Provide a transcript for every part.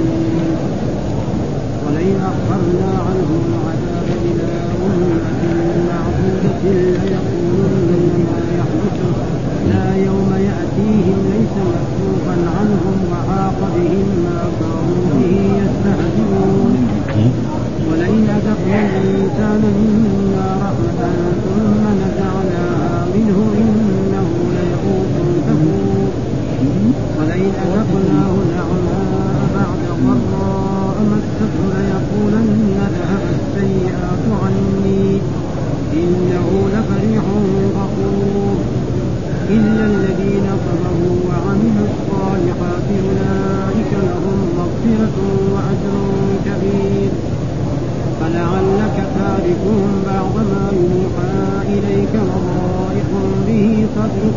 الظالمين. ولئن أخرنا عنهم العذاب إلى أمة معدودة ليقولن ما يحدث لا يوم يأتيهم ليس مكتوبا عنهم وحاق بهم ما كانوا به يستهزئون. ولئن أذقنا الإنسان منا رحمة ثم نزعناها منه إنه ليئوس كفور. ولئن أذقناه نعماء بعد ضراء مسته ليقولن ذهب السيئات عني إنه لفرح فخور. إلا الذين صبروا وعملوا الصالحات أولئك لهم مغفرة وأجر كبير. فلعلك تارك بعض ما يوحى إليك وضائق به صدرك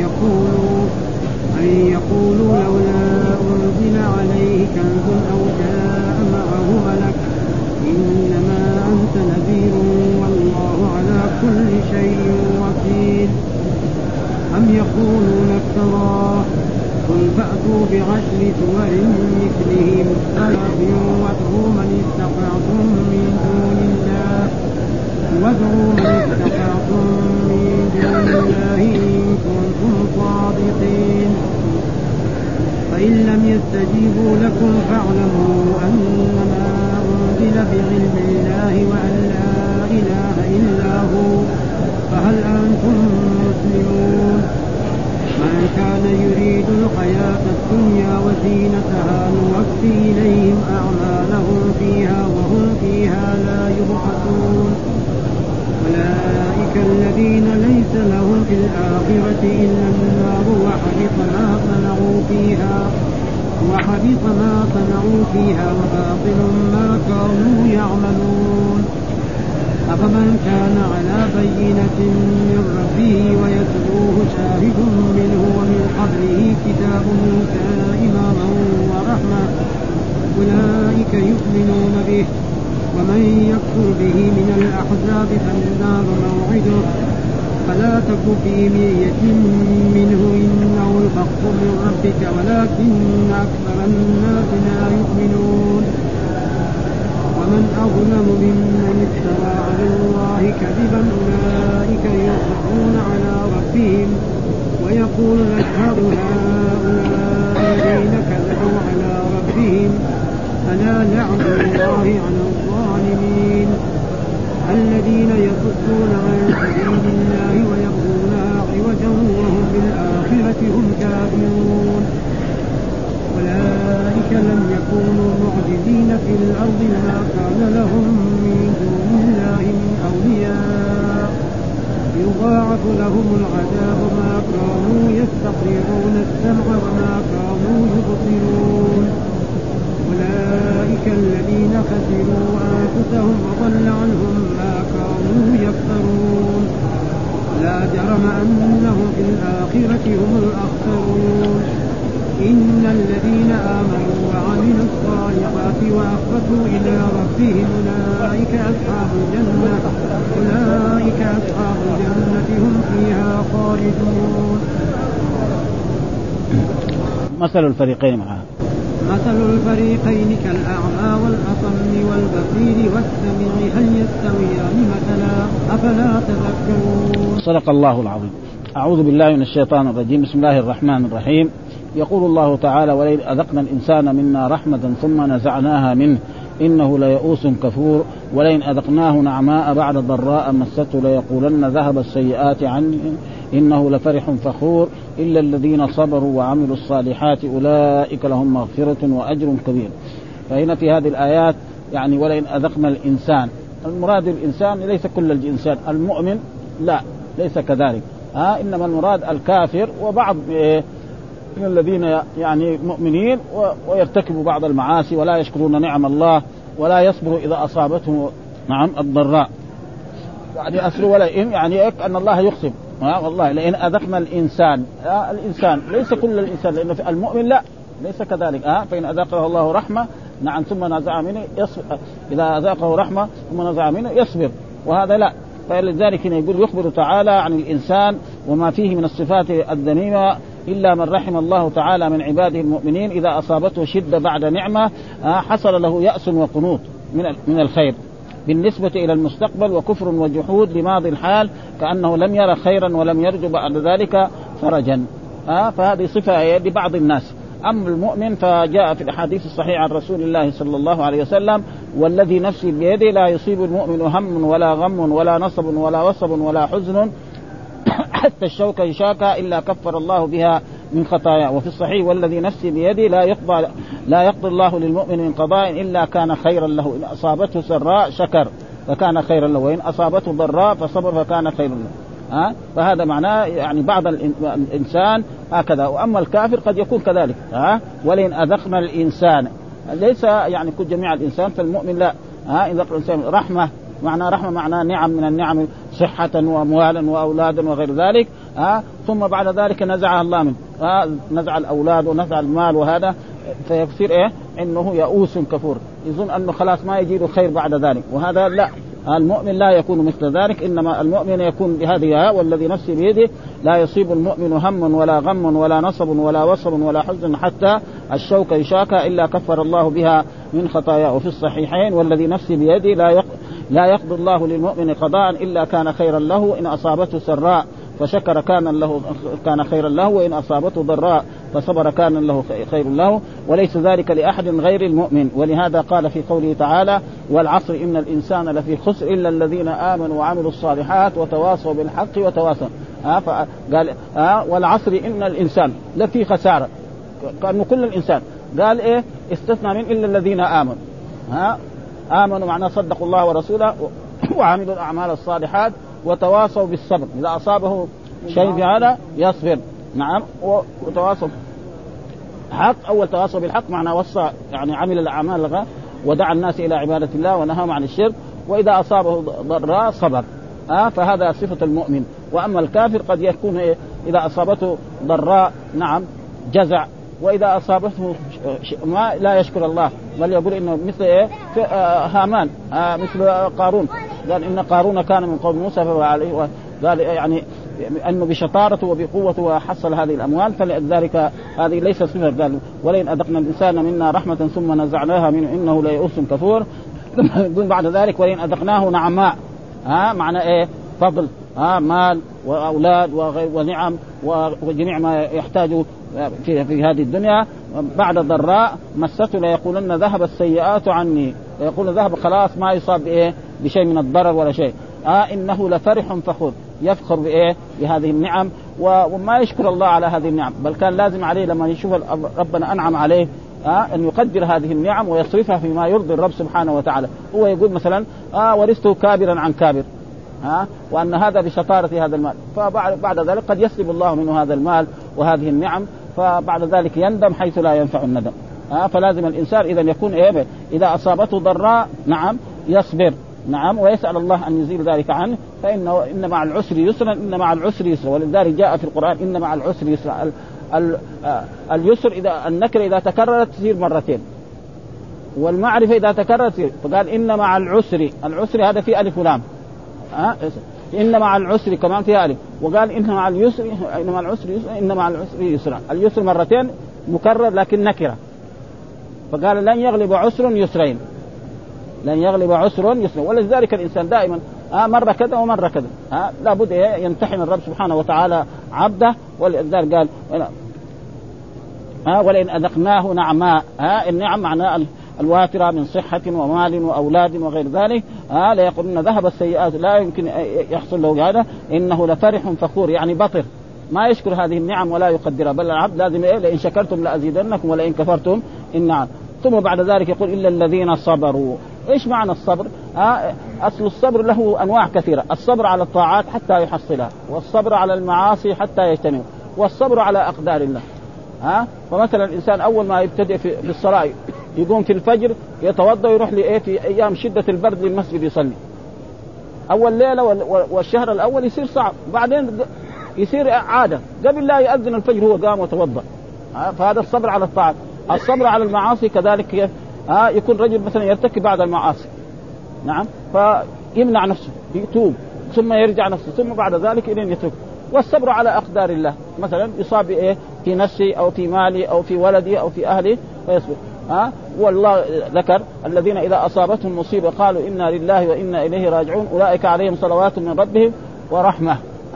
أن يقولوا لولا أنزل عليه كنز أو جاء معه ملك إنما أنت نذير والله على كل شيء وكيل. أم يقولون افتراه قل فأتوا بعشر سور مثله مفترات وادعوا من استطعتم من دون الله إن كنتم صادقين. فإن لم يستجيبوا لكم فاعلموا أنما أنزل بعلم الله وأن لا إله إلا هو فهل أنتم مسلمون. من كان يريد الحياة الدنيا وزينتها نوفي إليهم أعمالهم فيها وهم فيها لا يبخسون. أولئك الذين ليس لهم في الآخرة إلا النار وحبط ما صنعوا فيها وباطل ما كانوا يعملون. أفمن كان على بينة من ربه ويتلوه شاهد منه ومن قبله كتاب موسى إماما ورحمة أولئك يؤمنون به. ومن يكفر به من الأحزاب فالنار موعده فلا تك في مرية منه إنه الحق من ربك ولكن أكثر الناس لا يؤمنون. ومن أظلم ممن افترى على الله كذبا أولئك يصدقون على ربهم ويقول الأشهاد هؤلاء الذين كذبوا على ربهم ألا لعنة الله على الظالمين. الذين يصدون عن سبيل الله ويبغونها عوجا وهم بالآخرة هم كافرون. أولئك لم يكونوا معجزين في الأرض ما كان لهم من دون الله من أولياء يضاعف لهم العذاب ما كانوا يستطيعون السمع وما كانوا يبصرون. أولئك الذين خسروا أنفسهم وضل عنهم ما كانوا يفترون. لا جرم أنهم في الآخرة هم الأخسرون. إن الذين آمنوا وعملوا الصالحات وأخبتوا إلى ربهم أولئك أصحاب الجنة هم فيها خالدون. مثل الفريقين معها مثل الفريقين كالأعمى والأصم والبصير والسميع هل يستويان مثلا أفلا تذكرون. صدق الله العظيم. أعوذ بالله من الشيطان الرجيم. بسم الله الرحمن الرحيم. يقول الله تعالى ولئن أذقنا الإنسان منا رحمة ثم نزعناها منه إنه ليئوس كفور. ولئن أذقناه نعماء بعد ضراء مسته ليقولن ذهب السيئات عني إنه لفرح فخور. إلا الذين صبروا وعملوا الصالحات أولئك لهم مغفرة وأجر كبير. فهنا في هذه الآيات يعني ولئن أذقنا الإنسان المراد الإنسان ليس كل الإنسان المؤمن لا ليس كذلك إنما المراد الكافر وبعض من الذين يعني مؤمنين ويرتكبوا بعض المعاصي ولا يشكرون نعم الله ولا يصبروا إذا أصابته الضراء يعني أصل ولئن يعني أن الله يقسم والله لئن أذقنا الإنسان ليس كل الإنسان لأنه في المؤمن لا ليس كذلك فإن أذقه الله رحمة ثم نزع منه إذا أذقه رحمة ثم نزع منه يصبر وهذا لا. فلذلك يقول يخبر تعالى عن الإنسان وما فيه من الصفات الذميمة إلا من رحم الله تعالى من عباده المؤمنين إذا أصابته شدة بعد نعمة حصل له يأس وقنوط من الخير بالنسبة إلى المستقبل، وكفر وجحود لماضي الحال كأنه لم يرى خيرا ولم يرجو بعد ذلك فرجا. فهذه صفة لبعض الناس. أما المؤمن فجاء في الحديث الصحيح عن رسول الله صلى الله عليه وسلم: والذي نفسي بيده لا يصيب المؤمن هم ولا غم ولا نصب ولا وصب ولا حزن حتى الشوكة يشاكى إلا كفر الله بها من خطايا. وفي الصحيح: والذي نفسي بيده لا يقضي الله للمؤمن من قضاء إلا كان خيرا له، إن أصابته سراء شكر فكان خيرا له، وإن أصابته ضراء فصبر فكان خيرا له. فهذا معناه يعني بعض الإنسان هكذا، وأما الكافر قد يكون كذلك. ولئن أذقنا الإنسان ليس يعني كل جميع الإنسان، فالمؤمن لا. إذا الإنسان رحمة معناه نعم من النعم، صحة وأموالا وأولادا وغير ذلك. ثم بعد ذلك نزع الله منه، نزع الأولاد ونزع المال، وهذا فيصير إنه يئوس كفور، يظن أنه خلاص ما يجيله خير بعد ذلك، وهذا لا. المؤمن لا يكون مثل ذلك، إنما المؤمن يكون بهذه: والذي نفسي بيده لا يصيب المؤمن هم ولا غم ولا نصب ولا وصب ولا حزن حتى الشوكة يشاكى إلا كفر الله بها من خطاياه. وفي الصحيحين: والذي نفسي بيده لا يقضي الله للمؤمن قضاء إلا كان خيرا له، إن أصابته سراء فشكر كان خيرا له، وإن أصابته ضراء فصبر كان له خير له، وليس ذلك لأحد غير المؤمن. ولهذا قال في قوله تعالى: والعصر إن الإنسان لفي خسر إلا الذين آمنوا وعملوا الصالحات وتواصوا بالحق وتواصوا. قال والعصر إن الإنسان لفي خسارة، كأنه كل الإنسان. قال استثنى من إلا الذين آمنوا. آمنوا معناه صدقوا الله ورسوله وعملوا الأعمال الصالحات وتواصوا بالصبر، إذا أصابه شيء في هذا يصبر. نعم. وتواصوا حق، أول تواصوا بالحق معناه وصى يعني عمل الأعمال ودعا الناس إلى عبادة الله ونهاهم عن الشرك، وإذا أصابه ضراء صبر. فهذا صفة المؤمن. وأما الكافر قد يكون إذا أصابته ضراء نعم جزع، وإذا أصابته ما لا يشكر الله، بل يقول إنه مثل هامان مثل قارون. قال إن قارون كان من قوم موسى فعليه، قال يعني أنه بشطارته وبقوته وحصل هذه الأموال، فلذلك هذه ليست صفة. قال ولئن أذقنا الإنسان منا رحمة ثم نزعناها منه إنه ليئوس كفور. يقول بعد ذلك: ولئن أذقناه نعماء، معنى فضل، مال وأولاد ونعم وجميع ما يحتاجه في هذه الدنيا، بعد ضراء مسته ليقولن ذهب السيئات عني، يقول ذهب خلاص ما يصاب بشيء من الضرر ولا شيء. إنه لفرح فخور، يفخر بهذه النعم وما يشكر الله على هذه النعم، بل كان لازم عليه لما يشوف ربنا أنعم عليه أن يقدر هذه النعم ويصرفها فيما يرضي الرب سبحانه وتعالى. هو يقول مثلا ورثته كابرا عن كابر، وأن هذا بشطارة هذا المال، فبعد ذلك قد يسلب الله منه هذا المال وهذه النعم، فبعد ذلك يندم حيث لا ينفع الندم. فلازم الإنسان إذا يكون إذا أصابته ضراء نعم يصبر، نعم، ويسأل الله أن يزيل ذلك عنه، فإنه إن مع العسر يسرا، إن مع العسر يسرا. ولذلك جاء في القرآن إن مع العسر يسرا. اليسر إذا النكرة إذا تكررت تصير مرتين، والمعرفة إذا تكررت تصير. فقال إن مع العسر، العسر هذا فيه ألف ولام، إن مع العسر كمان فيها ألف. وقال إن مع اليسر، إن مع العسر يسرا، إن مع العسر يسرا. اليسر مرتين مكرر لكن نكرة، فقال لن يغلب عسر يسرين، لن يغلب عسر يسرين. ولذلك الإنسان دائما مرة كذا ومرة كذا، لابد يمتحن الرب سبحانه وتعالى عبده. ولذلك قال ولئن أذقناه نعماء، النعم معناه الوافرة من صحة ومال وأولاد وغير ذلك، ليقولن ذهب السيئات، لا يمكن يحصل له هذا. إنه لفرح فخور، يعني بطر ما يشكر هذه النعم ولا يقدرها، بل العبد لازم لئن شكرتم لأزيدنكم ولئن كفرتم إن نعم. ثم بعد ذلك يقول إلا الذين صبروا. إيش معنى الصبر؟ أصل الصبر له أنواع كثيرة: الصبر على الطاعات حتى يحصلها، والصبر على المعاصي حتى يجتنب، والصبر على أقدار الله. فمثلا الإنسان أول ما يبتدئ في الصلاة يقوم في الفجر يتوضأ ويروح في أيام شدة البرد للمسجد يصلي. أول ليلة والشهر الأول يصير صعب، بعدين يصير عادة، قبل لا يأذن الفجر هو قام وتوضأ. فهذا الصبر على الطاعات. الصبر على المعاصي كذلك، يكون رجل مثلا يرتكب بعض المعاصي، نعم، فيمنع نفسه، يتوب، ثم يرجع نفسه، ثم بعد ذلك إلين يتوب. والصبر على أقدار الله، مثلا يصاب إيه في نفسي أو في مالي أو في ولدي أو في أهلي فيصبر. والله ذكر الذين إذا أصابتهم مصيبة قالوا إنا لله وإنا إليه راجعون أولئك عليهم صلوات من ربهم ورحمة.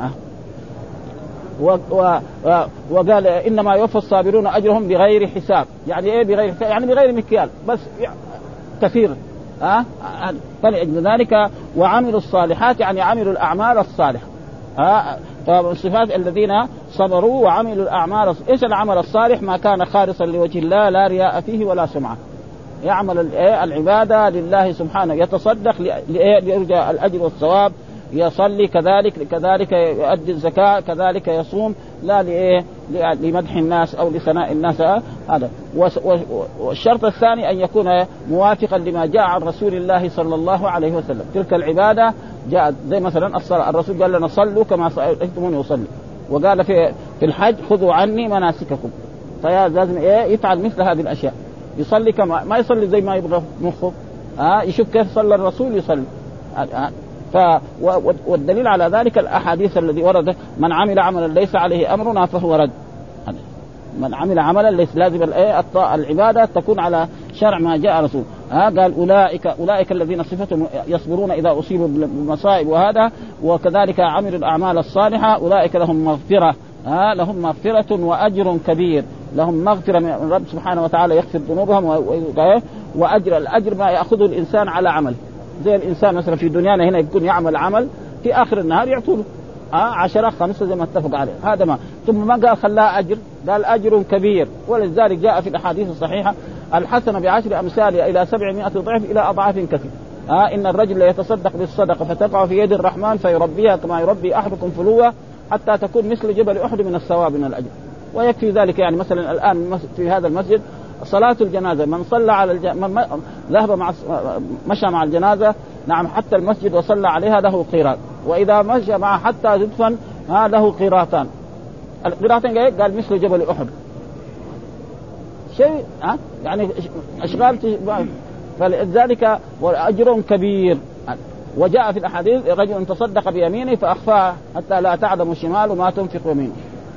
وقال إنما يوفى الصابرون أجرهم بغير حساب. يعني إيه بغير حساب؟ يعني بغير مكيال بس كثير. فلأجل ذلك وعملوا الصالحات يعني عملوا الأعمال الصالحة. فالصفات الذين صبروا وعملوا الأعمال. إيش العمل الصالح؟ ما كان خالصا لوجه الله لا رياء فيه ولا سمعة، يعمل العبادة لله سبحانه، يتصدق ليرجى الأجر والثواب، يصلي كذلك يؤدي الزكاة، كذلك يصوم لا لمدح الناس أو لثناء الناس. هذا. والشرط الثاني أن يكون موافقا لما جاء عن رسول الله صلى الله عليه وسلم. تلك العبادة جاءت زي مثلا الصلاة، الرسول قال لنا صلوا كما رأيتموني أصلي، وقال في الحج خذوا عني مناسككم. فلازم يفعل مثل هذه الأشياء، يصلي كما ما يصلي زي ما يبغى مخه، يشوف كيف صلى الرسول يصلي. والدليل على ذلك الأحاديث الذي ورد من عمل عملا ليس عليه أمرنا فهو رد. من عمل عملا ليس لازم العبادة تكون على شرع ما جاء رسول. قال أولئك الذين صفتهم يصبرون إذا أصيبوا بالمصائب وهذا، وكذلك عملوا الأعمال الصالحة أولئك لهم مغفرة. لهم مغفرة وأجر كبير، لهم مغفرة من رب سبحانه وتعالى يغفر ذنوبهم، وأجر الأجر ما يأخذه الإنسان على عمل. زي الإنسان مثلا في دنيانا هنا يكون يعمل عمل في آخر النهار يعطوله 10 5 زي ما اتفق عليه، هذا ما ثم ما قال خلاه أجر، قال أجر كبير. ولذلك جاء في الأحاديث الصحيحة الحسنة ب10 أمثالها إلى 700 ضعف إلى أضعاف كثير. إن الرجل يتصدق بالصدقة فتقع في يد الرحمن فيربيها كما يربي أحدكم فلوة حتى تكون مثل جبل أحد من الثواب من الأجر. ويكفي ذلك. يعني مثلا الآن في هذا المسجد صلاة الجنازة، من صلى على من ذهب مشى مع الجنازة نعم حتى المسجد وصلى عليها له قيراط، وإذا مشى معه حتى تدفن له قيراطان. القيراطين قال مثل جبل أحد شيء يعني أشغال. فلذلك والأجر كبير. وجاء في الأحاديث رجل تصدق بيمينه فأخفاه حتى لا تعلم الشمال ما تنفق يمينه.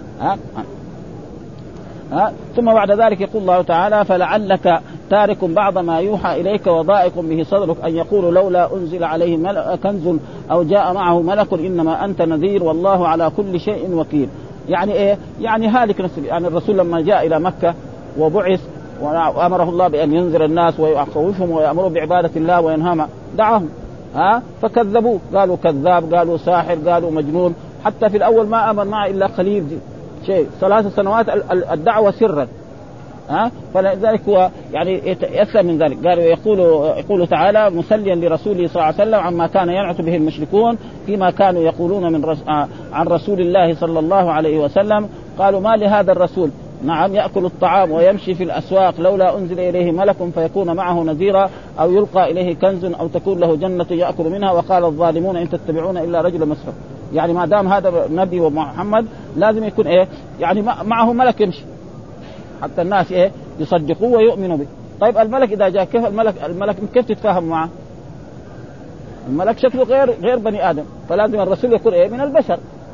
ثم بعد ذلك يقول الله تعالى فلعلك تارك بعض ما يوحى إليك وضائق به صدرك أن يقول لولا أنزل عليه كنز أو جاء معه ملك إنما أنت نذير والله على كل شيء وكيل. يعني إيه؟ يعني هالك نفسه. يعني الرسول لما جاء إلى مكة وبعث وأمره الله بأن ينذر الناس ويخوفهم ويأمرهم بعبادة الله وينهاهم دعاهم فكذبوه، قالوا كذاب، قالوا ساحر، قالوا مجنون. حتى في الأول ما آمن معه إلا قليل شيء 3 سنوات الدعوة سرا. فلذلك هو يعني يأثر من ذلك. قالوا يقول تعالى مسليا لرسوله صلى الله عليه وسلم عما كان ينعت به المشركون فيما كانوا يقولون عن رسول الله صلى الله عليه وسلم. قالوا ما لهذا الرسول نعم يأكل الطعام ويمشي في الأسواق لولا أنزل إليه ملك فيكون معه نذيرا أو يلقى إليه كنز أو تكون له جنة يأكل منها وقال الظالمون إن تتبعون إلا رجل مسرف. يعني ما دام هذا النبي ومحمد لازم يكون يعني معه ملك يمشي حتى الناس يصدقوه ويؤمنوا به. طيب الملك إذا جاء كيف الملك كيف تتفاهم معه؟ الملك شكله غير بني آدم، فلازم الرسول يكون من البشر.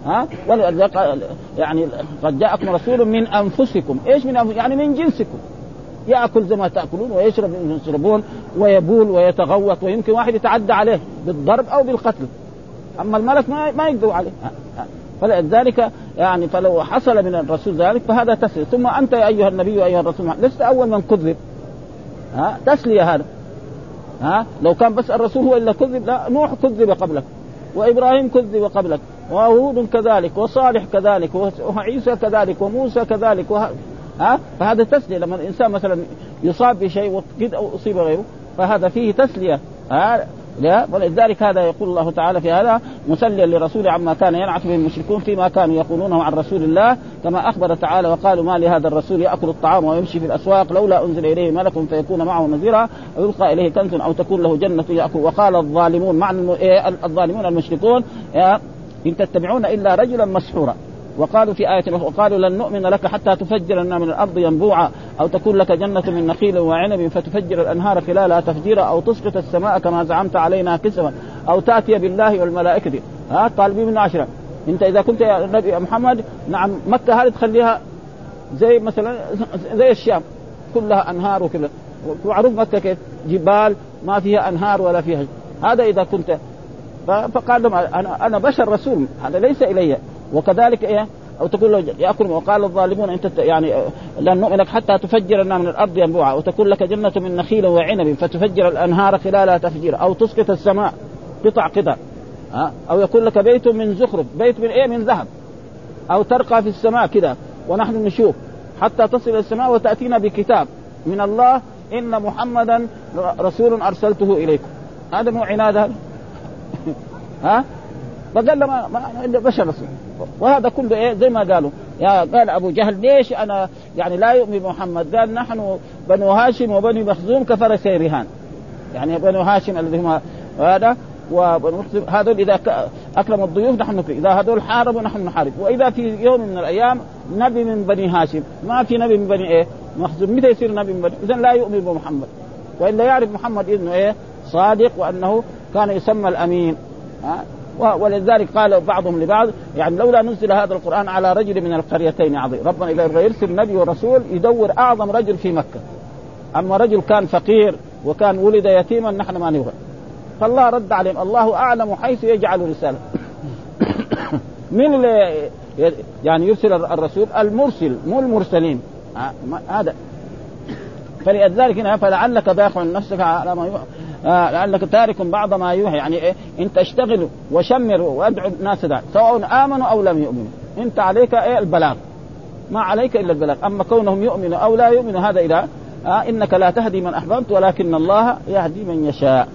يعني قد جاءكم رسول من أنفسكم. إيش من أنفسكم؟ يعني من جنسكم، يأكل زي ما تأكلون ويشرب زي تشربون ويبول ويتغوط ويمكن واحد يتعدى عليه بالضرب أو بالقتل. أما الملك ما يقدروا عليه. فلذلك يعني فلو حصل من الرسول ذلك فهذا تسلية. ثم أنت يا أيها النبي وأيها الرسول لست أول من كذب. تسلية هذا. لو كان بس الرسول هو إلا كذب، لا، نوح كذب قبلك وإبراهيم كذب قبلك وهود كذلك وصالح كذلك وعيسى كذلك وموسى كذلك فهذا تسلية. لما الإنسان مثلا يصاب بشيء وقد أو أصيب غيره فهذا فيه تسلية. لا، ولذلك هذا يقول الله تعالى في هذا مسليا لرسول عما كان ينعت به المشركون فيما كانوا يقولونه عن رسول الله كما أخبر تعالى وقالوا ما لهذا الرسول يأكل الطعام ويمشي في الأسواق لولا أنزل إليه ملك فيكون معه نذيرا أو يلقى إليه كنز أو تكون له جنة يأكل. وقال الظالمون معنى الظالمون المشركون إن تتبعون إلا رجلا مسحورا. وقالوا في آية وقالوا لن نؤمن لك حتى تفجر لنا من الأرض ينبوعا أو تكون لك جنة من نخيل وعنب فتفجر الأنهار خلالها تفجيرا أو تسقط السماء كما زعمت علينا كسفا أو تأتي بالله والملائكة. طالبين من 10 أنت إذا كنت يا نبي محمد نعم مكة هذه تخليها زي مثلا زي الشام كلها أنهار وكذا، ومعروف مكة كيف جبال ما فيها أنهار ولا فيها. هذا إذا كنت فقال لهم أنا بشر رسول، هذا ليس إلي. وكذلك إيه أو تقول له يأكل. وقال الظالمون أنت يعني لن نؤمنك حتى تفجر لنا من الأرض ينبوعا وتكون لك جنة من نخيل وعنب فتفجر الأنهار خلالها تفجيرا أو تسقط السماء قطع أو يكون لك بيت من زخرف، بيت من إيه من ذهب، أو ترقى في السماء كذا ونحن نشوف حتى تصل إلى السماء وتأتينا بكتاب من الله إن محمدا رسول أرسلته إليكم. هذا مو عناد هذا فقال ما بشر رسول. وهذا كله إيه زي ما قالوا قال أبو جهل ليش أنا يعني لا يؤمن محمد؟ قال نحن بنو هاشم وبني مخزوم كفر سيرهان، يعني بنو هاشم الذي هم هذا هذول إذا أكرموا الضيوف نحن نكرم، إذا هذول حاربوا نحن نحارب. وإذا في يوم من الأيام نبي من بني هاشم ما في نبي من بني إيه مخزوم، متى يصير نبي من بني؟ إذن لا يؤمن بمحمد، وإلا يعرف محمد إنه إيه صادق وأنه كان يسمى الأمين. ولذلك قال بعضهم لبعض يعني لولا نزل هذا القرآن على رجل من القريتين عظيم، ربنا إذا يرسل نبي ورسول يدور أعظم رجل في مكة، أما رجل كان فقير وكان ولد يتيما نحن ما نبغى. فالله رد عليهم الله أعلم حيث يجعل رسالة. من اللي يعني يرسل الرسول؟ المرسل مو المرسلين. هذا فلذلك هنا فلعلك باخع نفسك على ما لعلك تارك بعض ما يوحى، يعني إيه أنت اشتغل وشمر وادعو الناس دعا سواء آمنوا أو لم يؤمنوا، أنت عليك إيه البلاغ، ما عليك إلا البلاغ. أما كونهم يؤمنوا أو لا يؤمنوا هذا إذا إنك لا تهدي من أحببت ولكن الله يهدي من يشاء.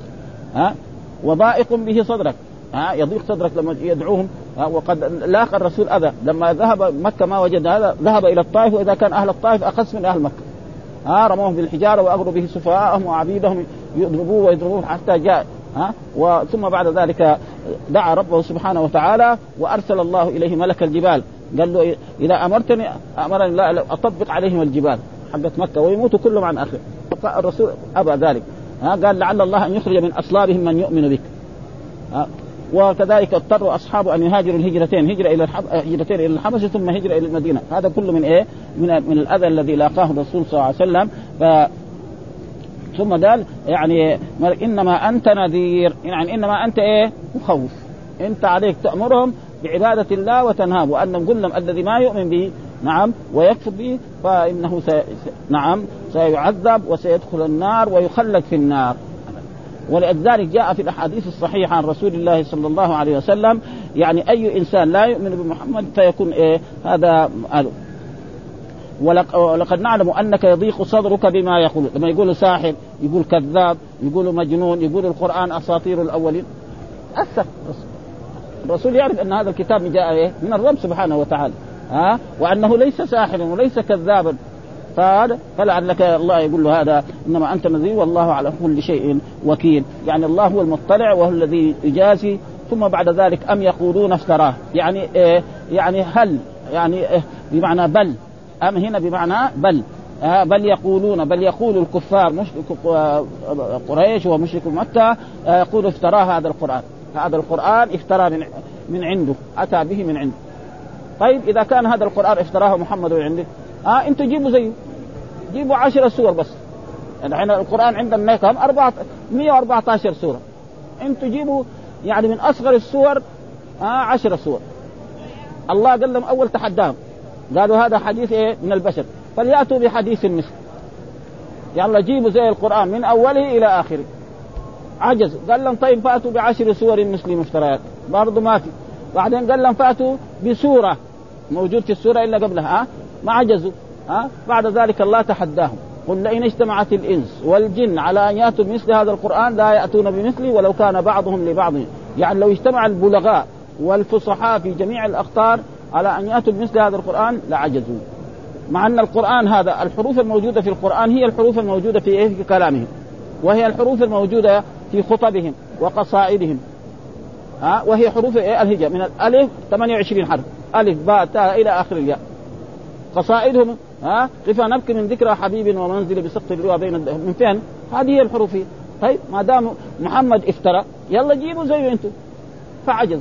وضائق به صدرك يضيق صدرك لما يدعوهم. وقد لاقى الرسول أذى لما ذهب مكة ما وجد هذا، ذهب إلى الطائف وإذا كان أهل الطائف أخص من أهل مكة رموهم بالحجارة وأغروا به سفهاءهم وعبيدهم يضربوه ويضربوه حتى جاء ثم بعد ذلك دعا ربه سبحانه وتعالى وأرسل الله إليه ملك الجبال قال له إذا أمرني لا أطبق عليهم الجبال حقت مكة ويموتوا كلهم عن آخر. الرسول أبى ذلك قال لعل الله أن يخرج من أصلابهم من يؤمن بك. وكذلك اضطروا أصحابه أن يهاجروا الهجرتين، هجرتين إلى الحبشة ثم هجرة إلى المدينة. هذا كله من إيه من الأذى الذي لاقاه الرسول صلى الله عليه وسلم. ثم قال يعني إنما أنت نذير، يعني إنما أنت إيه مخوف، أنت عليك تأمرهم بعبادة الله وتنهاب وأن نقول لهم الذي ما يؤمن به نعم ويكفر به فإنه سيعذب وسيدخل النار ويخلد في النار. ولذلك جاء في الأحاديث الصحيحة عن رسول الله صلى الله عليه وسلم يعني أي إنسان لا يؤمن بمحمد فيكون إيه هذا ولقد نعلم أنك يضيق صدرك بما يقول، لما يقول ساحر يقول كذاب يقول مجنون يقول القرآن أساطير الأولين أثر. الرسول يعرف أن هذا الكتاب جاء إيه من الرب سبحانه وتعالى وأنه ليس ساحرا وليس كذابا. فلعلك الله يقول له هذا إنما أنت نذير والله على كل شيء وكيل، يعني الله هو المطلع وهو الذي يجازي. ثم بعد ذلك أم يقولون افتراه، يعني إيه يعني هل يعني إيه بمعنى بل، أم هنا بمعنى بل بل يقولون بل يقول الكفار مشرك قريش ومشرك مكة يقول افتراه هذا القرآن، هذا القرآن افترى من عنده أتى به من عنده. طيب إذا كان هذا القرآن افتراه محمد من عنده انتوا جيبوا زيه، جيبوا 10 سور بس، يعني القرآن عندنا كم 114 سورة، انتوا جيبوا يعني من أصغر السور 10 سور. الله قال لهم أول تحداهم قالوا هذا حديث إيه من البشر فليأتوا بحديث مثل، يلا جيبوا زي القرآن من أوله إلى آخره. عجزوا، قال لهم طيب فأتوا ب10 سور مثل مفتريات، برضو ما في. بعدين قال لهم فأتوا بسورة موجود في السورة إلا قبلها ما عجزوا. بعد ذلك الله تحداهم قل لئن اجتمعت الإنس والجن على أن يأتوا بمثل هذا القرآن لا يأتون بمثله ولو كان بعضهم لبعض، يعني لو اجتمع البلغاء والفصحاء في جميع الأقطار على أن يأتوا بمثل هذا القرآن لعجزوا. مع أن القرآن هذا الحروف الموجودة في القرآن هي الحروف الموجودة في كلامهم، وهي الحروف الموجودة في خطبهم وقصائدهم، وهي حروف الهجاء من الألف 28 حرف، ألف باء تاء إلى آخر الياء. قصائدهم قفا نبكي من ذكرى حبيب ومنزل بسقط اللواء بين من فين؟ هذه هي الحروف. طيب ما دام محمد افترى يلا جيبوا زيه انتم، فعجزوا.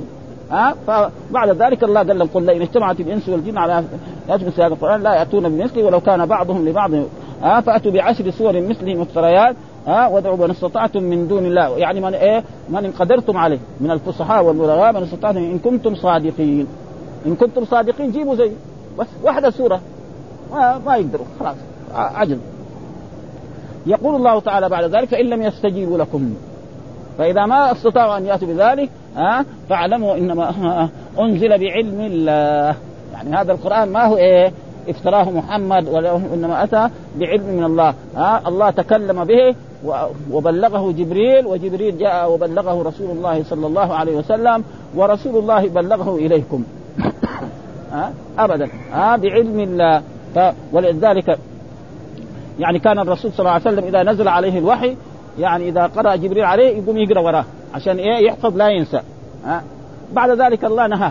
فبعد ذلك الله قال لهم قل لئن اجتمعت الإنس والجن على يأتوا بمثل هذا القرآن لا يأتون بمثله ولو كان بعضهم لبعض فأتوا بعشر سور مثله مفتريات وادعوا من استطعتم من دون الله، يعني من قدرتم عليه من الفصحاء والبلغاء من استطعتم إن كنتم صادقين. إن كنتم صادقين جيبوا زي بس واحدة سورة ما يقدروا خلاص عجل. يقول الله تعالى بعد ذلك فإن لم يستجيبوا لكم فإذا ما استطاعوا أن يأتوا بذلك فاعلموا إنما أنزل بعلم الله، يعني هذا القرآن ما هو افتراه محمد وإنما أتى بعلم من الله. الله تكلم به وبلغه جبريل، وجبريل جاء وبلغه رسول الله صلى الله عليه وسلم، ورسول الله بلغه إليكم أبدا بعلم الله. ولذلك يعني كان الرسول صلى الله عليه وسلم إذا نزل عليه الوحي يعني إذا قرأ جبريل عليه يقوم يقرأ وراه عشان يحفظ لا ينسى. بعد ذلك الله نهى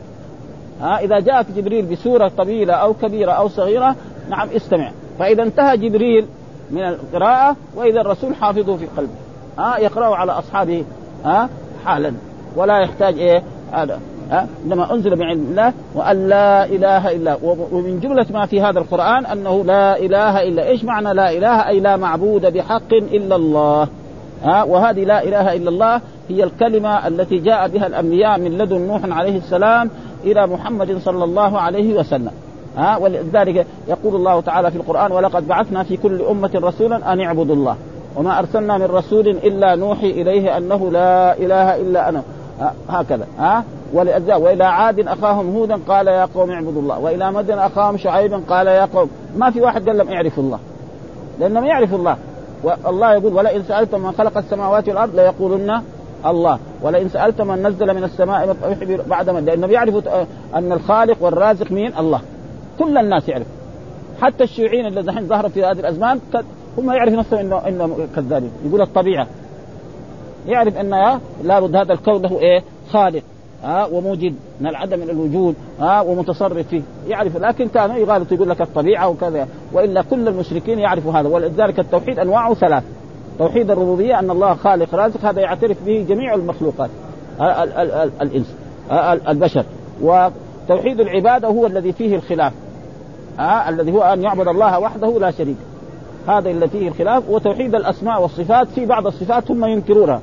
إذا جاءك جبريل بسورة طويلة أو كبيرة أو صغيرة نعم استمع، فإذا انتهى جبريل من القراءة وإذا الرسول حافظه في قلبه يقرأه على أصحابه حالا ولا يحتاج هذا لما أنزل بعلم الله وأن لا إله إلا. ومن جملة ما في هذا القرآن أنه لا إله إلا. إيش معنى لا إله؟ أي لا معبود بحق إلا الله. وهذه لا إله إلا الله هي الكلمة التي جاء بها الأنبياء من لدن نوح عليه السلام إلى محمد صلى الله عليه وسلم. ولذلك يقول الله تعالى في القرآن ولقد بعثنا في كل أمة رسولا أن اعبدوا الله وما أرسلنا من رسول إلا نوحي إليه أنه لا إله إلا أنا هكذا. وإلى عاد أخاهم هودا قال يا قوم اعبدوا الله، وإلى مدين أخاهم شعيبا قال يا قوم. ما في واحد قال لهم اعرفوا الله لأنهم يعرفوا الله. والله يقول ولئن سألتم من خلق السماوات والأرض ليقولن الله، ولئن سألتم من نزل من السماء بعد ما، لأنهم يعرفوا أن الخالق والرازق مين؟ الله. كل الناس يعرف، حتى الشيوعيين الذين الحين ظهروا في هذه الأزمان هم يعرف نفسهم إنه كذابين. يقول الطبيعة يعرف أن لابد هذا الكون له خالق وموجد من العدم من الوجود ومتصرف فيه يعرف، لكن كانوا يغالطوا يقول لك الطبيعة وكذا، وإلا كل المشركين يعرفوا هذا. ولذلك التوحيد أنواعه ثلاث: توحيد الربوبية أن الله خالق رازق، هذا يعترف به جميع المخلوقات الإنس البشر. وتوحيد العبادة هو الذي فيه الخلاف الذي هو أن يعبد الله وحده لا شريك، هذا الذي فيه الخلاف. وتوحيد الأسماء والصفات، في بعض الصفات هم ينكرونها.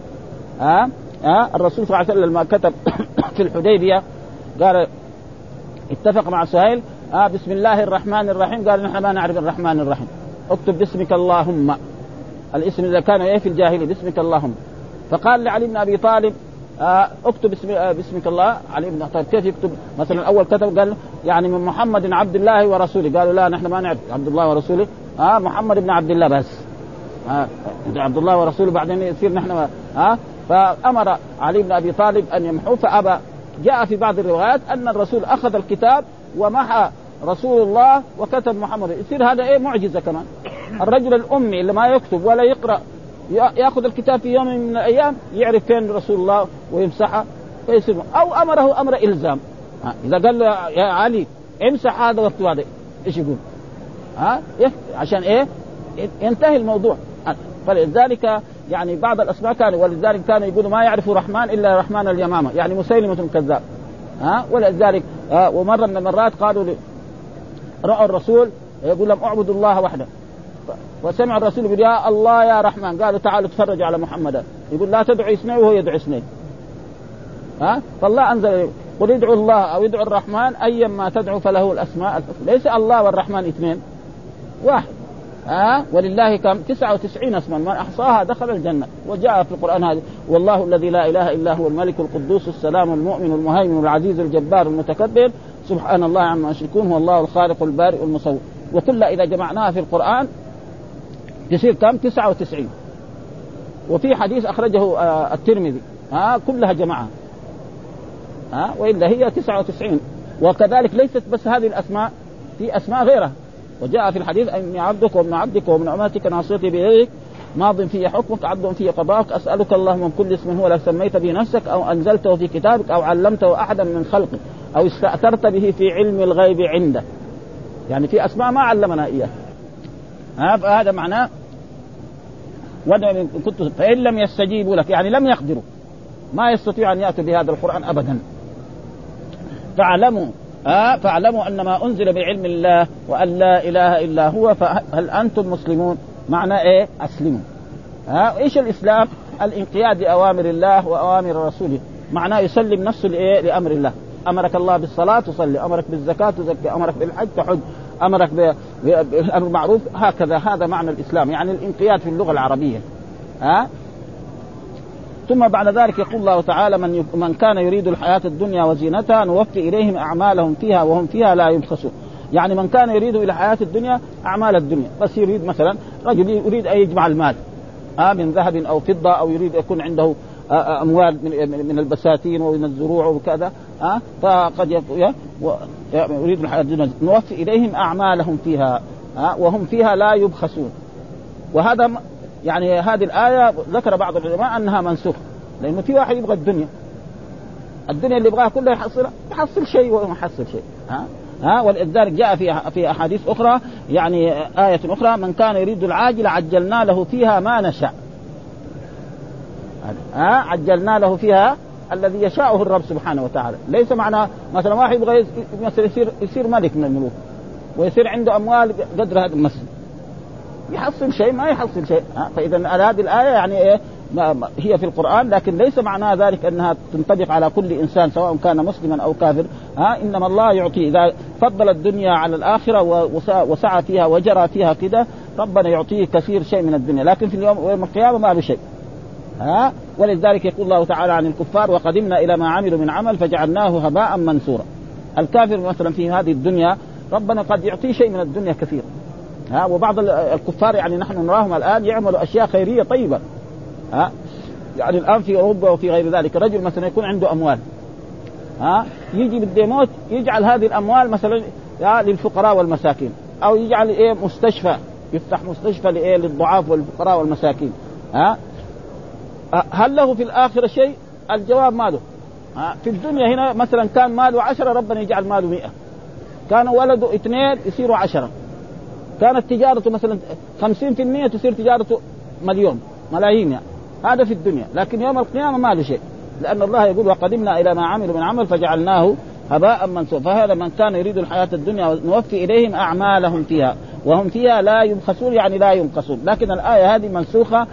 الرسول صلى الله عليه وسلم لما كتب في الحديبية قال اتفق مع سهيل بسم الله الرحمن الرحيم، قال نحن ما نعرف الرحمن الرحيم، اكتب باسمك اللهم. الاسم إذا كان في الجاهلية باسمك اللهم. فقال لعلي بن أبي طالب اكتب باسمك الله. علي بن أبي طالب كيف يكتب؟ مثلا الأول كتب قال يعني من محمد عبد الله ورسوله، قالوا لا نحن ما نعرف عبد الله ورسوله، محمد بن عبد الله بس، عبد الله ورسوله بعدين يصير نحن فأمر علي بن أبي طالب أن يمحوه فأبى. جاء في بعض الروايات أن الرسول أخذ الكتاب ومحى رسول الله وكتب محمد. يصير هذا معجزة كمان. الرجل الأمي اللي ما يكتب ولا يقرأ يأخذ الكتاب في يوم من الأيام يعرف فين رسول الله ويمسحه فيصير. أو أمره أمر إلزام، إذا قال له يا علي امسح هذا وقت هذا إيش يقول؟ عشان ينتهي الموضوع. فلذلك يعني بعض الأسماء كانوا، ولذلك كانوا يقولوا ما يعرفوا رحمن إلا رحمن اليمامة، يعني مسيلمة الكذاب. ولذلك ومرة من المرات قالوا رأوا الرسول يقول لهم اعبدوا الله وحده، وسمع الرسول يقول يا الله يا رحمن، قالوا تعالوا تفرجوا على محمد، يقول لا تدعوا اثنين وهو يدعو اثنين. فالله أنزل قل ادعوا الله أو ادعوا الرحمن أيما تدعوا فله الأسماء الحسنى. ليس الله والرحمن اثنين، واحد. ولله كم 99 اسما من احصاها دخل الجنه. وجاء في القران هذا والله الذي لا اله الا هو الملك القدوس السلام المؤمن المهيمن العزيز الجبار المتكبر سبحان الله عما يشركون هو الله الخالق البارئ المصور. وكلها اذا جمعناها في القران تصير كم 99. وفي حديث اخرجه الترمذي كلها جمعها والا هي 99. وكذلك ليست بس هذه الاسماء، في اسماء غيرها. وجاء في الحديث اني عبدك وابن عبدك وابن امتك ناصيتي بيدك ماض في حكمك عدل في قضاءك اسالك اللهم من كل اسم هو لك سميت به نفسك او انزلته في كتابك او علمته احدا من خلقك او استاثرت به في علم الغيب عنده. يعني في اسماء ما علمنا اياها. فهذا معناه كنت فان لم يستجيبوا لك، يعني لم يقدروا، ما يستطيع ان ياتوا بهذا القران ابدا. فاعلموا أن ما أنزل بعلم الله وأن لا إله إلا هو فهل أنتم مسلمون. معنى إيه؟ أسلموا. إيش الإسلام؟ الانقياد لأوامر الله وأوامر رسوله، معناه يسلم نفسه لأمر الله. أمرك الله بالصلاة تصلي، أمرك بالزكاة تزكي، أمرك بالحج تحج، أمرك بالأمر المعروف، هكذا. هذا معنى الإسلام، يعني الانقياد في اللغة العربية. ثم بعد ذلك يقول الله تعالى من كان يريد الحياة الدنيا وزينتها نوفي إليهم أعمالهم فيها وهم فيها لا يبخسون. يعني من كان يريد إلى حياة الدنيا أعمال الدنيا، بس يريد مثلا رجل يريد أن يجمع المال من ذهب أو فضة، أو يريد يكون عنده أموال من البساتين ومن الزروع وكذا، فقد يريد الحياة الدنيا نوفي إليهم أعمالهم فيها وهم فيها لا يبخسون. وهذا يعني هذه الآية ذكر بعض العلماء أنها منسوخة، لأنه في واحد يبغى الدنيا اللي يبغاها كلها يحصل شيء وما يحصل شيء. ولذلك جاء في أحاديث أخرى، يعني آية أخرى من كان يريد العاجل عجلنا له فيها ما نشاء. عجلنا له فيها الذي يشاءه الرب سبحانه وتعالى. ليس معنى مثلا واحد يبغى مثلا يصير ملك من الملوك ويصير عنده أموال قدر هذا المسجد، يحصل شيء ما يحصل شيء. فإذا هذه الآية يعني إيه هي في القرآن، لكن ليس معنى ذلك أنها تنطبق على كل إنسان سواء كان مسلما أو كافر. إنما الله يعطي، إذا فضل الدنيا على الآخرة وسعى فيها وجرى فيها كده ربنا يعطيه كثير شيء من الدنيا، لكن في يوم القيامة ما له شيء. ولذلك يقول الله تعالى عن الكفار وقدمنا إلى ما عملوا من عمل فجعلناه هباء منثورا. الكافر مثلا في هذه الدنيا ربنا قد يعطيه شيء من الدنيا كثير. وبعض الكفار يعني نحن نراهم الآن يعملوا أشياء خيرية طيبة. يعني الآن في أوروبا وفي غير ذلك رجل مثلا يكون عنده أموال، يجي بالديموت يجعل هذه الأموال مثلا للفقراء والمساكين، أو يجعل مستشفى، يفتح مستشفى للضعاف والفقراء والمساكين. هل له في الآخرة شيء؟ الجواب ما له. في الدنيا هنا مثلا كان ماله 10 ربنا يجعل ماله 100، كان ولده 2 يصيروا 10، كانت تجارته مثلا 50% تصير تجارته ملايين يعني. هذا في الدنيا، لكن يوم القيامة ما له شيء، لأن الله يقول وقدمنا إلى ما عملوا من عمل فجعلناه هباء منثورا. فهذا من كان يريد الحياة الدنيا نوفي إليهم أعمالهم فيها وهم فيها لا يبخسون، يعني لا ينقصون. لكن الآية هذه منسوخة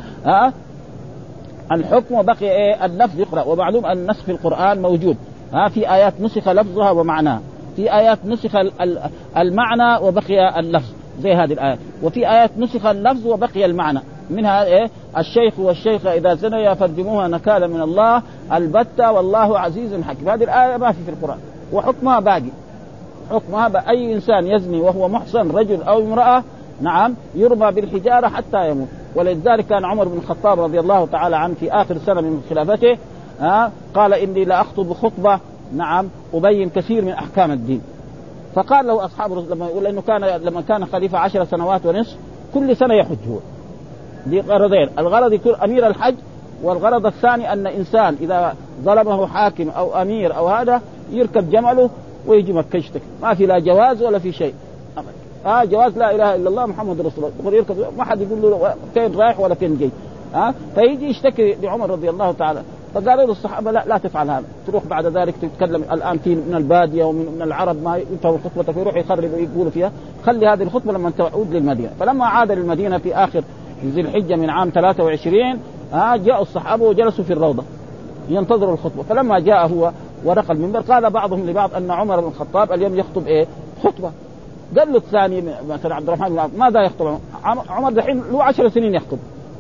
الحكم وبقي اللفظ يقرأ. ومعلوم أن النسخ في القرآن موجود، في آيات نسخ لفظها ومعناها، في آيات نسخ المعنى وبقي اللفظ زي هذه الآيات، وفي آيات نسخ اللفظ وبقي المعنى. منها الشيخ والشيخة إذا زنيا فارجموها نكالا من الله البتة والله عزيز حكيم. هذه الآية ما في القرآن، وحكمها باقي. حكمها أي إنسان يزني وهو محصن رجل أو امرأة نعم يرمى بالحجارة حتى يموت. ولذلك كان عمر بن الخطاب رضي الله تعالى عنه في آخر سنة من خلافته قال إني لأخطب خطبة نعم أبين كثير من أحكام الدين. فقال له أصحابه لما يقول إنه لما كان خليفة 10 سنوات ونصف كل سنة يحج هو لغرضين: الغرض يكون أمير الحج، والغرض الثاني أن إنسان إذا ظلمه حاكم أو أمير أو هذا يركب جمله ويجي مكة يشتكي، ما في لا جواز ولا في شيء. جواز لا إله إلا الله محمد رسول الله، يركب ما حد يقول له فين رايح ولا فين جاي. فيجي يشتكي لعمر رضي الله تعالى، فقالوا له الصحابة لا تفعل هذا، تروح بعد ذلك تتكلم الآن في من البادية ومن العرب ما يفهموا خطبتك ويروح يخرب ويقولوا فيها، خلي هذه الخطبة لما تعود للمدينة. فلما عاد للمدينة في آخر ذي الحجة من عام 23 جاءوا الصحابة وجلسوا في الروضة ينتظروا الخطبة. فلما جاء هو ورقى المنبر قال بعضهم لبعض أن عمر بن الخطاب اليوم يخطب خطبة. قال له الثاني مثلا عبد الرحمن بن عوف ماذا يخطب؟ عمر دحين له 10 سنين يخطب،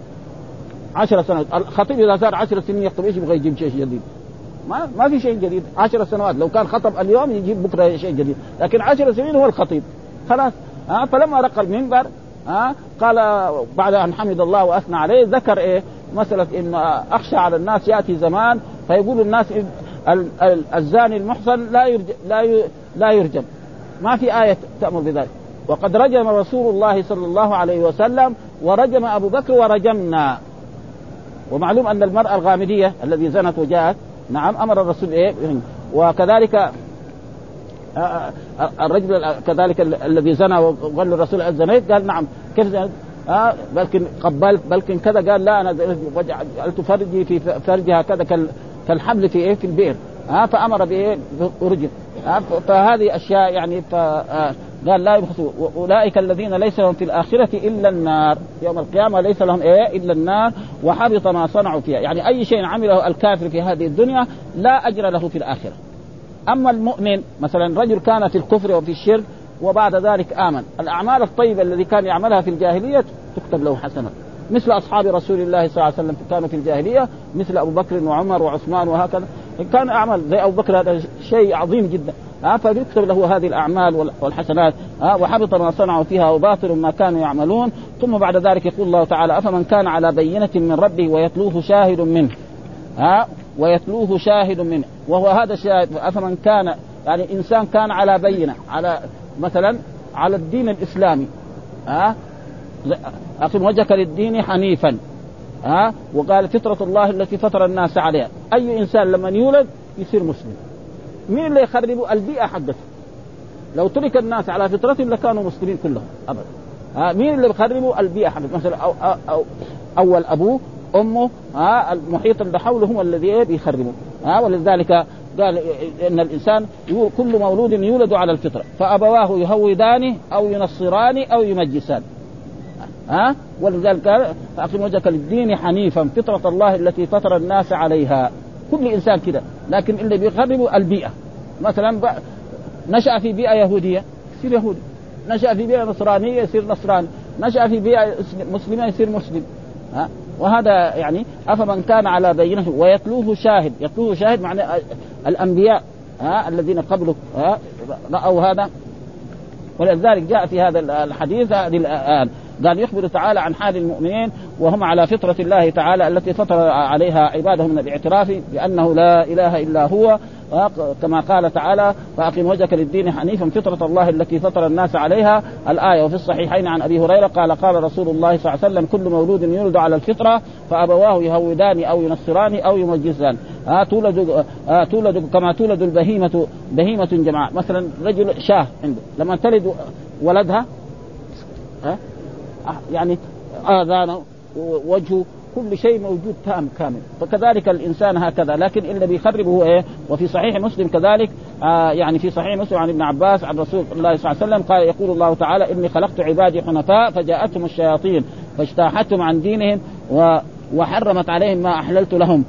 10 سنوات. الخطيب إذا صار 10 سنين يخطب إيش يبغى يجيب شيء جديد؟ ما في شيء جديد. 10 سنوات لو كان خطب اليوم يجيب بكرة شيء جديد، لكن 10 سنين هو الخطيب خلاص. فلما رقى المنبر قال بعد أن حمد الله وأثنى عليه ذكر مسألة إن أخشى على الناس يأتي زمان فيقول الناس الزاني المحصن لا يرجم، ما في آية تأمر بذلك. وقد رجم رسول الله صلى الله عليه وسلم ورجم أبو بكر ورجمنا. ومعلوم أن المرأة الغامدية الذي زنت وجاءت نعم أمر الرسول وكذلك الرجل كذلك الذي زنى وقال الرسول الزنيت قال نعم كيف زنت بلكن قبلت بلكن كذا قال لا أنا جعلت فرجي في فرجها كذا كالحبل في البئر فأمر برجم. فهذه أشياء يعني قال لا يبخسوا. أولئك الذين ليس لهم في الآخرة إلا النار، يوم القيامة ليس لهم إلا النار وحبط ما صنعوا فيها. يعني أي شيء عمله الكافر في هذه الدنيا لا أجر له في الآخرة. أما المؤمن مثلا رجل كان في الكفر وفي الشرك وبعد ذلك آمن، الأعمال الطيبة التي كان يعملها في الجاهلية تكتب له حسنة، مثل أصحاب رسول الله صلى الله عليه وسلم كانوا في الجاهلية، مثل أبو بكر وعمر وعثمان وهكذا، كان أعمال زي أبو بكر هذا شيء عظيم جدا، فيكتب له هذه الأعمال والحسنات. وحبط ما صنعوا فيها وباطل ما كانوا يعملون. ثم بعد ذلك يقول الله تعالى أفمن كان على بينة من ربه ويتلوه شاهد منه، ويتلوه شاهد منه، وهو هذا الشاهد. أفمن كان يعني إنسان كان على بينة، على مثلا على الدين الإسلامي، أقم وجهك للدين حنيفا، وقال فطرة الله التي فطر الناس عليها. أي إنسان لما يولد يصير مسلم. مين اللي يخربوا البيئة حقته؟ لو ترك الناس على فطرتهم لكانوا مسلمين كلهم أبدا. مين اللي يخربوا البيئة حقته؟ مثلا أول أبوه أمه، المحيط اللي حوله هم الذي بيخربوا. ولذلك قال إن الإنسان كل مولود يولد على الفطرة فأبواه يهودانه أو ينصرانه أو يمجسان. ولذلك قال فأقم وجهك للدين حنيفا فطرة الله التي فطر الناس عليها. كل إنسان كده، لكن اللي بيخربوا البيئة، مثلا نشأ في بيئة يهودية يصير يهودي، نشأ في بيئة نصرانية يصير نصراني، نشأ في بيئة مسلمة يصير مسلم. وهذا يعني أفمن كان على بينة ويتلوه شاهد. يتلوه شاهد معنى الأنبياء الذين قبله رأوا هذا. ولذلك جاء في هذا الحديث هذه الآن قال يخبر تعالى عن حال المؤمنين وهم على فطرة الله تعالى التي فطر عليها عباده من الاعتراف بأنه لا إله إلا هو، كما قال تعالى فأقم وجهك للدين حنيفا فطرة الله التي فطر الناس عليها الآية. وفي الصحيحين عن أبي هريرة قال رسول الله صلى الله عليه وسلم كل مولود يولد على الفطرة فأبواه يهودان أو ينصران أو يمجسان. تولد كما تولد البهيمة بهيمة جمعاء. مثلا رجل شاه عنده لما تلد ولدها يعني آذانه ووجهه كل شيء موجود تام كامل، فكذلك الإنسان هكذا. لكن اللي بيخربه هو وفي صحيح مسلم كذلك يعني في صحيح مسلم عن ابن عباس عن رسول الله صلى الله عليه وسلم قال يقول الله تعالى إني خلقت عبادي حنفاء فجاءتهم الشياطين فاجتاحتهم عن دينهم وحرمت عليهم ما أحللت لهم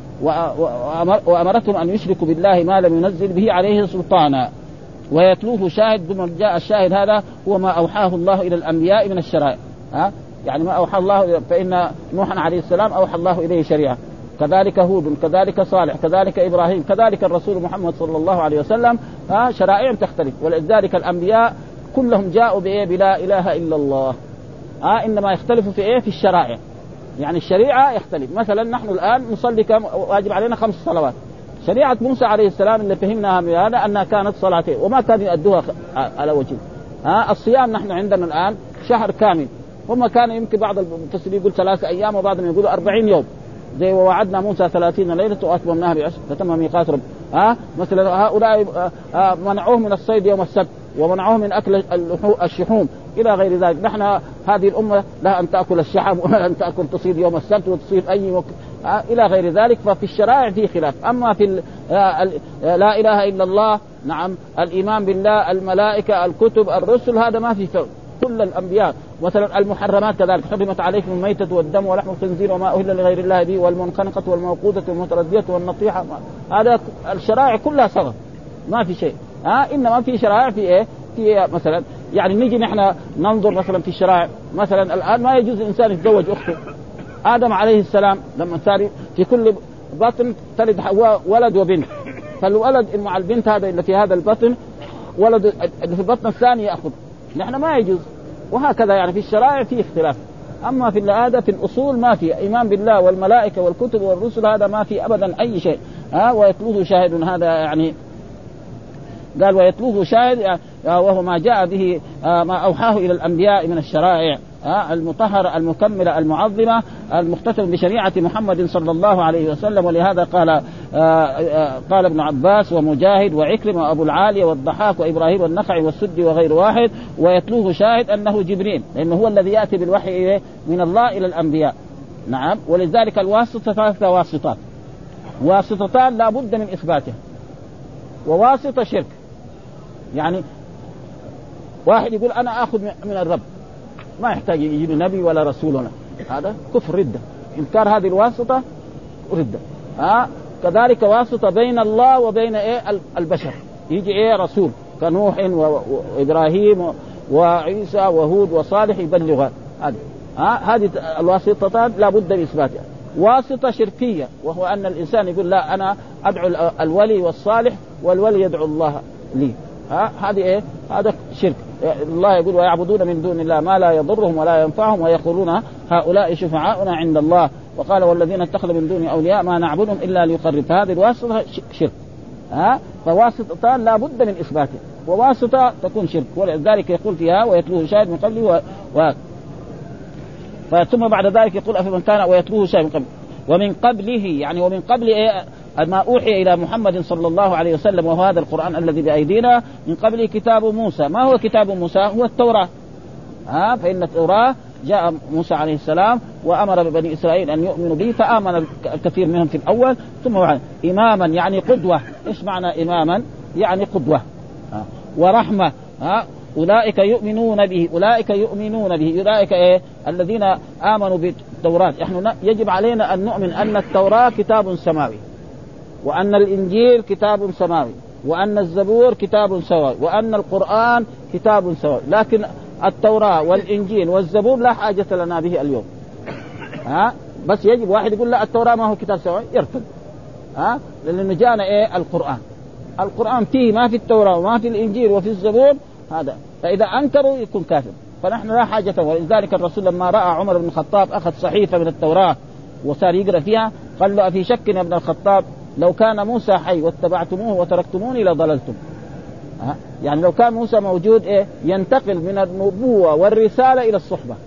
وأمرتهم أن يشركوا بالله ما لم ينزل به عليه سلطانا. ويتلوه شاهد. ثم جاء الشاهد هذا هو ما أوحاه الله إلى الأنبياء من الشرائع. يعني ما أوحى الله، فإن نوحا عليه السلام أوحى الله إليه شريعة، كذلك هود، كذلك صالح، كذلك إبراهيم، كذلك الرسول محمد صلى الله عليه وسلم شرائع تختلف. ولذلك الأنبياء كلهم جاءوا بلا إله إلا الله. إنما يختلف في في الشرائع. يعني الشريعة يختلف. مثلا نحن الآن نصلي كم واجب علينا 5 صلوات. شريعة موسى عليه السلام اللي فهمناها من هذا أنها كانت صلاتين وما كانوا يؤدوها على وجه. الصيام نحن عندنا الآن شهر كامل، هم كان يمكن بعض المفسرين يقول 3 أيام وبعضهم يقولوا 40 يوم، زي ووعدنا موسى 30 ليلة وأتممناها بعشر فتم ميقات رب. مثلا هؤلاء منعوه من الصيد يوم السبت ومنعوه من أكل الشحوم إلى غير ذلك. نحن هذه الأمة لا أن تأكل الشحم ولا أن تأكل تصيد يوم السبت وتصيد أي إلى غير ذلك. ففي الشرائع في خلاف. أما في لا إله إلا الله، نعم، الإيمان بالله، الملائكة، الكتب، الرسل، هذا ما في فرق. كل الأنبياء. مثلا المحرمات كذلك حرمت عليكم الميتة والدم ولحم الخنزير وما أهل لغير الله به والمنخنقة والموقوذة والمتردية والنطيحة. هذا الشرائع كلها صغر ما في شيء. إنما في شرائع في في مثلا يعني نيجي نحن ننظر مثلا في الشرائع. مثلا الآن ما يجوز الإنسان يتزوج أخته. آدم عليه السلام لما صار في كل بطن تلد ولد وبنت، فالولد مع البنت هذا اللي في هذا البطن ولد اللي في البطن الثاني يأخذ. نحن ما يجوز. وهكذا يعني في الشرائع في اختلاف. أما في هذا في الأصول ما في إيمان بالله والملائكة والكتب والرسل، هذا ما في أبدا أي شيء. ويتلوه شاهد، هذا يعني قال ويتلوه شاهد وهو ما جاء به ما أوحاه إلى الأنبياء من الشرائع المطهرة المكملة المعظمة المختتم بشريعة محمد صلى الله عليه وسلم. ولهذا قال ابن عباس ومجاهد وعكرمة وأبو العالية والضحاك وإبراهيم والنخعي والسدي وغير واحد ويتلوه شاهد أنه جبريل، لأنه هو الذي يأتي بالوحي من الله إلى الأنبياء. نعم. ولذلك الواسطة 3 واسطات. واسطتان لا بد من إثباتها، وواسطة شرك يعني واحد يقول أنا آخذ من الرب، ما يحتاج يجي نبي ولا رسولنا، هذا كفر ردة. إنكار هذه الواسطة ردة. كذلك واسطة بين الله وبين البشر، يجي رسول كنوح وإبراهيم وعيسى وهود وصالح يبلغ هذه الواسطتان لا بد من إثباتها. واسطة شركية، وهو أن الإنسان يقول لا أنا أدعو الولي والصالح والولي يدعو الله لي، هذه هذا شرك. الله يقول ويعبدون من دون الله ما لا يضرهم ولا ينفعهم ويقولون هؤلاء شفعاؤنا عند الله، وقال والذين اتخذوا من دون أولياء ما نعبدهم إلا ليقرب. هذه الواسطة شرك. فواسطتان لا بد من إثباتها، وواسطة تكون شرك، ولذلك يقول فيها ويتلوه شاهد من قبله ثم بعد ذلك يقول أفمن كان ويتلوه شاهد من قبله ومن قبله، يعني ومن قبل ما أوحي إلى محمد صلى الله عليه وسلم وهو هذا القرآن الذي بأيدينا، من قبل كتاب موسى. ما هو كتاب موسى؟ هو التوراة. فإن التوراة جاء موسى عليه السلام وأمر ببني إسرائيل أن يؤمنوا به، فآمن الكثير منهم في الأول، ثم بعد إماما يعني قدوة. إيش معنى إماما؟ يعني قدوة. ورحمة، أولئك يؤمنون به، أولئك يؤمنون به، أولئك الذين آمنوا بالتوراة. نحن يجب علينا أن نؤمن أن التوراة كتاب سماوي، وأن الإنجيل كتاب سماوي، وأن الزبور كتاب سماوي، وأن القرآن كتاب سماوي. لكن التوراة والإنجيل والزبور لا حاجة لنا به اليوم. بس يجب واحد يقول لا التوراة ما هو كتاب سماوي يرفض. لأنه جاءنا القرآن فيه ما في التوراة وما في الإنجيل وفي الزبور، هذا فإذا أنكروا يكون كافر. فنحن لا حاجة. ولذلك الرسول لما رأى عمر بن الخطاب أخذ صحيفة من التوراة وصار يقرأ فيها قال له أفي شك يا ابن الخطاب لو كان موسى حي واتبعتموه وتركتموني لضللتم. يعني لو كان موسى موجود ينتقل من النبوة والرسالة إلى الصحبة.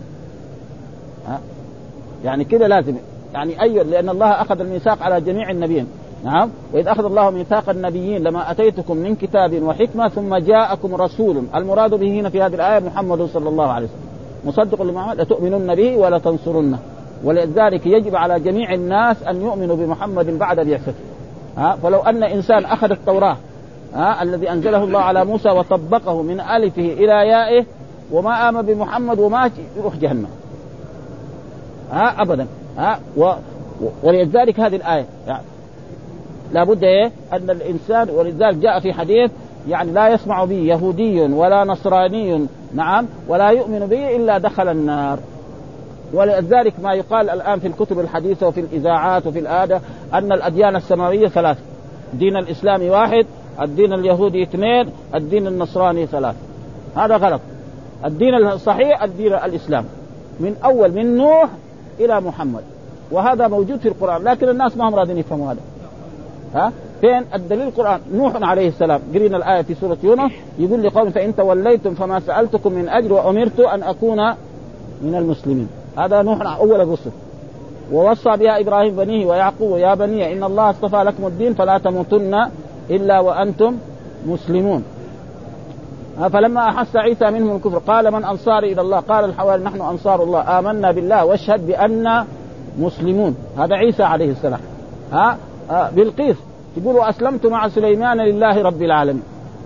يعني كده لازم يعني لأن الله أخذ الميثاق على جميع النبيين. نعم، وإذ أخذ الله ميثاق النبيين لما أتيتكم من كتاب وحكمة ثم جاءكم رسول. المراد به هنا في هذه الآية محمد صلى الله عليه وسلم مصدق لما لتؤمنن به ولا تنصرنه. ولذلك يجب على جميع الناس أن يؤمنوا بمحمد بعد بعثته. فلو أن إنسان أخذ التوراة الذي أنزله الله على موسى وطبقه من ألفه إلى يائه وما آمن بمحمد وما يروح جهنم أبدا. ولذلك هذه الآية لابد أن الإنسان، ولذلك جاء في حديث يعني لا يسمع به يهودي ولا نصراني نعم ولا يؤمن به إلا دخل النار. ولذلك ما يقال الآن في الكتب الحديثة وفي الإذاعات وفي الآدة أن الأديان السماوية 3، الدين الإسلامي 1، الدين اليهودي 2، الدين النصراني 3. هذا غلط. الدين الصحيح الدين الإسلام من أول من نوح إلى محمد، وهذا موجود في القرآن، لكن الناس ما هم راضين يفهموا هذا. فين الدليل؟ القرآن. نوح عليه السلام قرينا الآية في سورة يونس يقول لقوم فإن توليتم فما سألتكم من أجر وأمرت أن أكون من المسلمين. هذا نوح أول الرسل، ووصى بها إبراهيم بنيه ويعقوب يا بني إن الله اصطفى لكم الدين فلا تموتن إلا وأنتم مسلمون. فلما أحس عيسى منهم الكفر قال من أنصاري إلى الله قال الحواري نحن أنصار الله آمنا بالله واشهد بأننا مسلمون. هذا عيسى عليه السلام. بلقيس يقول أسلمت مع سليمان لله رب العالمين.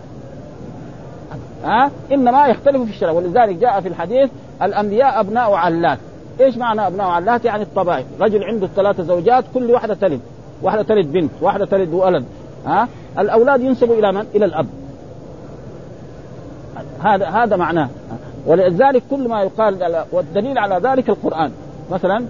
إنما يختلف في الشرع. ولذلك جاء في الحديث الأنبياء أبناء علات. إيش معنى أبناء علات؟ يعني الطبائع. رجل عنده 3 زوجات كل واحدة تلد، واحدة تلد بنت، واحدة تلد ولد. الأولاد ينسبوا إلى من؟ إلى الأب. هذا معناه. ولذلك كل ما يقال والدليل على ذلك القرآن. مثلا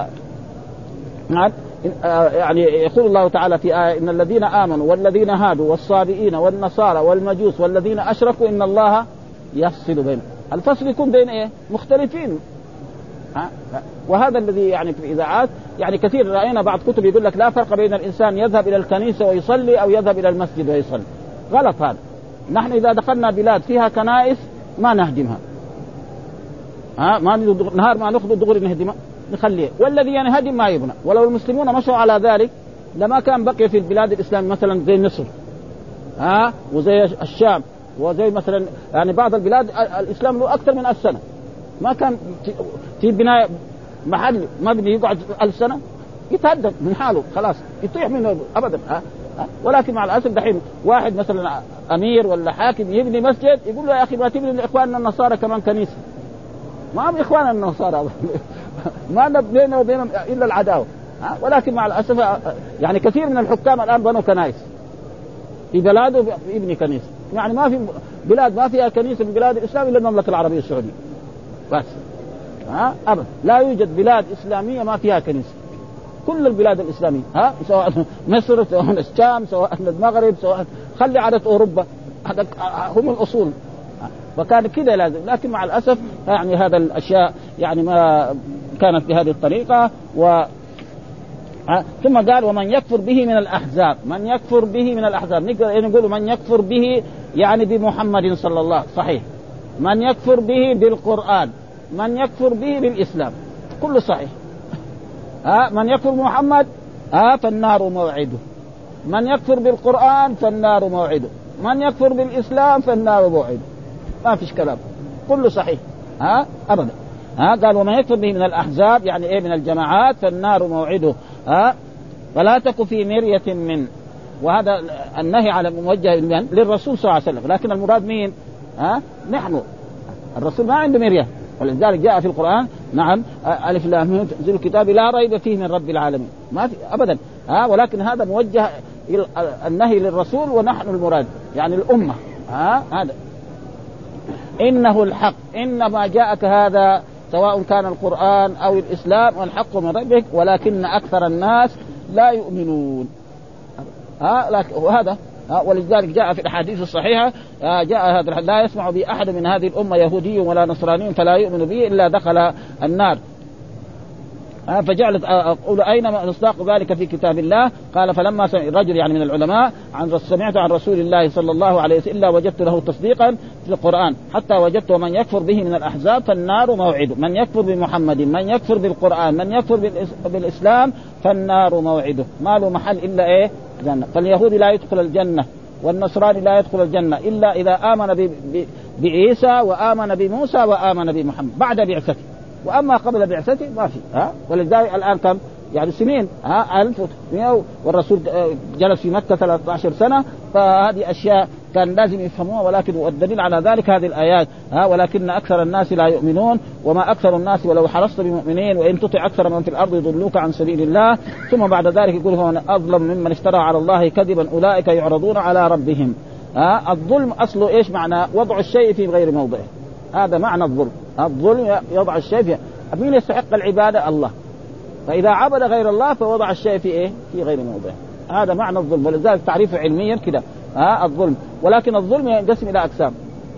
يعني يقول الله تعالى في آية إن الذين آمنوا والذين هادوا والصابئين والنصارى والمجوس والذين أشركوا إن الله يفصل بينهم. الفصل يكون بين مختلفين. وهذا الذي يعني في الإذاعات يعني كثير رأينا بعض كتب يقول لك لا فرق بين الإنسان يذهب إلى الكنيسة ويصلي أو يذهب إلى المسجد ويصلي. غلط هذا. نحن إذا دخلنا بلاد فيها كنائس ما نهدمها. ما نهار ما نأخذ دغري نهدمها نخليه، والذي ينهدم ما يبنى. ولو المسلمون مشوا على ذلك لما كان بقي في البلاد الإسلام مثلا زي مصر وزي الشام وزي مثلا يعني بعض البلاد الإسلام له أكثر من 1000 سنة ما كان في بناء محل مبني يقعد 1000 سنة يتهدم من حاله خلاص يطيح منه أبدا. ولكن مع الأسف دحين واحد مثلا أمير ولا حاكم يبني مسجد يقول له يا أخي ما تبني لإخواننا النصارى كمان كنيسة. ما هم إخواننا النصارى ما بيننا وبينهم إلا العداوة. ولكن مع الأسف يعني كثير من الحكام الآن بنوا كنائس في بلاده يبني كنيسة. يعني ما في بلاد ما فيها كنيسة في بلاد الإسلام إلا المملكة العربية السعودية بس. أبدا لا يوجد بلاد إسلامية ما فيها كنيسة. كل البلاد الإسلامية سواء مصر سواء الشام سواء المغرب سواء خلي عادة أوروبا هم الأصول. وكان كده لازم. لكن مع الأسف يعني هذا الأشياء يعني ما كانت بهذه الطريقة. ثم قال ومن يكفر به من الأحزاب. من يكفر به من الأحزاب نقدر نقول من يكفر به يعني بمحمد صلى الله صحيح. من يكفر به بالقرآن. من يكفر به بالإسلام كله صحيح. من يكفر بمحمد فالنار موعده. من يكفر بالقرآن فالنار موعده. من يكفر بالإسلام فالنار موعده. ما فيش كلام كله صحيح أبدا. قال ومن يكفر به من الأحزاب يعني إيه من الجماعات فالنار موعده. فلا تك في مرية من. وهذا النهي على موجه للرسول صلى الله عليه وسلم. لكن المراد مين؟ نحن. الرسول ما عنده مرية. ولذلك جاء في القرآن نعم ألف لام ميم تنزيل الكتاب لا ريب فيه من رب العالمين. ما في أبدا. ولكن هذا موجه النهي للرسول ونحن المراد يعني الأمة. هذا إنه الحق. إنما جاءك هذا سواء كان القرآن أو الإسلام والحق من ربك ولكن أكثر الناس لا يؤمنون. وهذا ولذلك جاء في الأحاديث الصحيحة جاء هذا لا يسمع به أحد من هذه الأمة يهودي ولا نصراني فلا يؤمن به إلا دخل النار. فجعلت أقول أين مصداق ذلك في كتاب الله؟ قال فلما سمع الرجل يعني من العلماء سمعت عن رسول الله صلى الله عليه وسلم إلا وجدت له تصديقا في القرآن حتى وجدت من يكفر به من الأحزاب فالنار موعده. من يكفر بمحمد من يكفر بالقرآن من يكفر بالإسلام فالنار موعده. ما له محل إلا إيه جنة. فاليهودي لا يدخل الجنة والنصراني لا يدخل الجنة إلا إذا آمن بعيسى وآمن بموسى وآمن بمحمد بعد بعثته. وأما قبل بعثته ما في. ولذلك الآن كم يعني سنين 1100 والرسول جلس في مكة 13 سنة. فهذه أشياء كان لازم يفهموها. ولكن والدليل على ذلك هذه الآيات ولكن أكثر الناس لا يؤمنون وما أكثر الناس ولو حرصت بمؤمنين وإن تطع أكثر من في الأرض يضلوك عن سبيل الله. ثم بعد ذلك يقول هو أظلم ممن افترى على الله كذبا أولئك يعرضون على ربهم. الظلم أصله إيش معنى؟ وضع الشيء في غير موضعه. هذا معنى الظلم. الظلم يضع الشيء في مين يستحق العبادة؟ الله. فإذا عبد غير الله فوضع الشيء في إيه؟ في غير موضعه. هذا معنى الظلم. ولذلك تعريفه علميا كده الظلم. ولكن الظلم ينقسم إلى أقسام.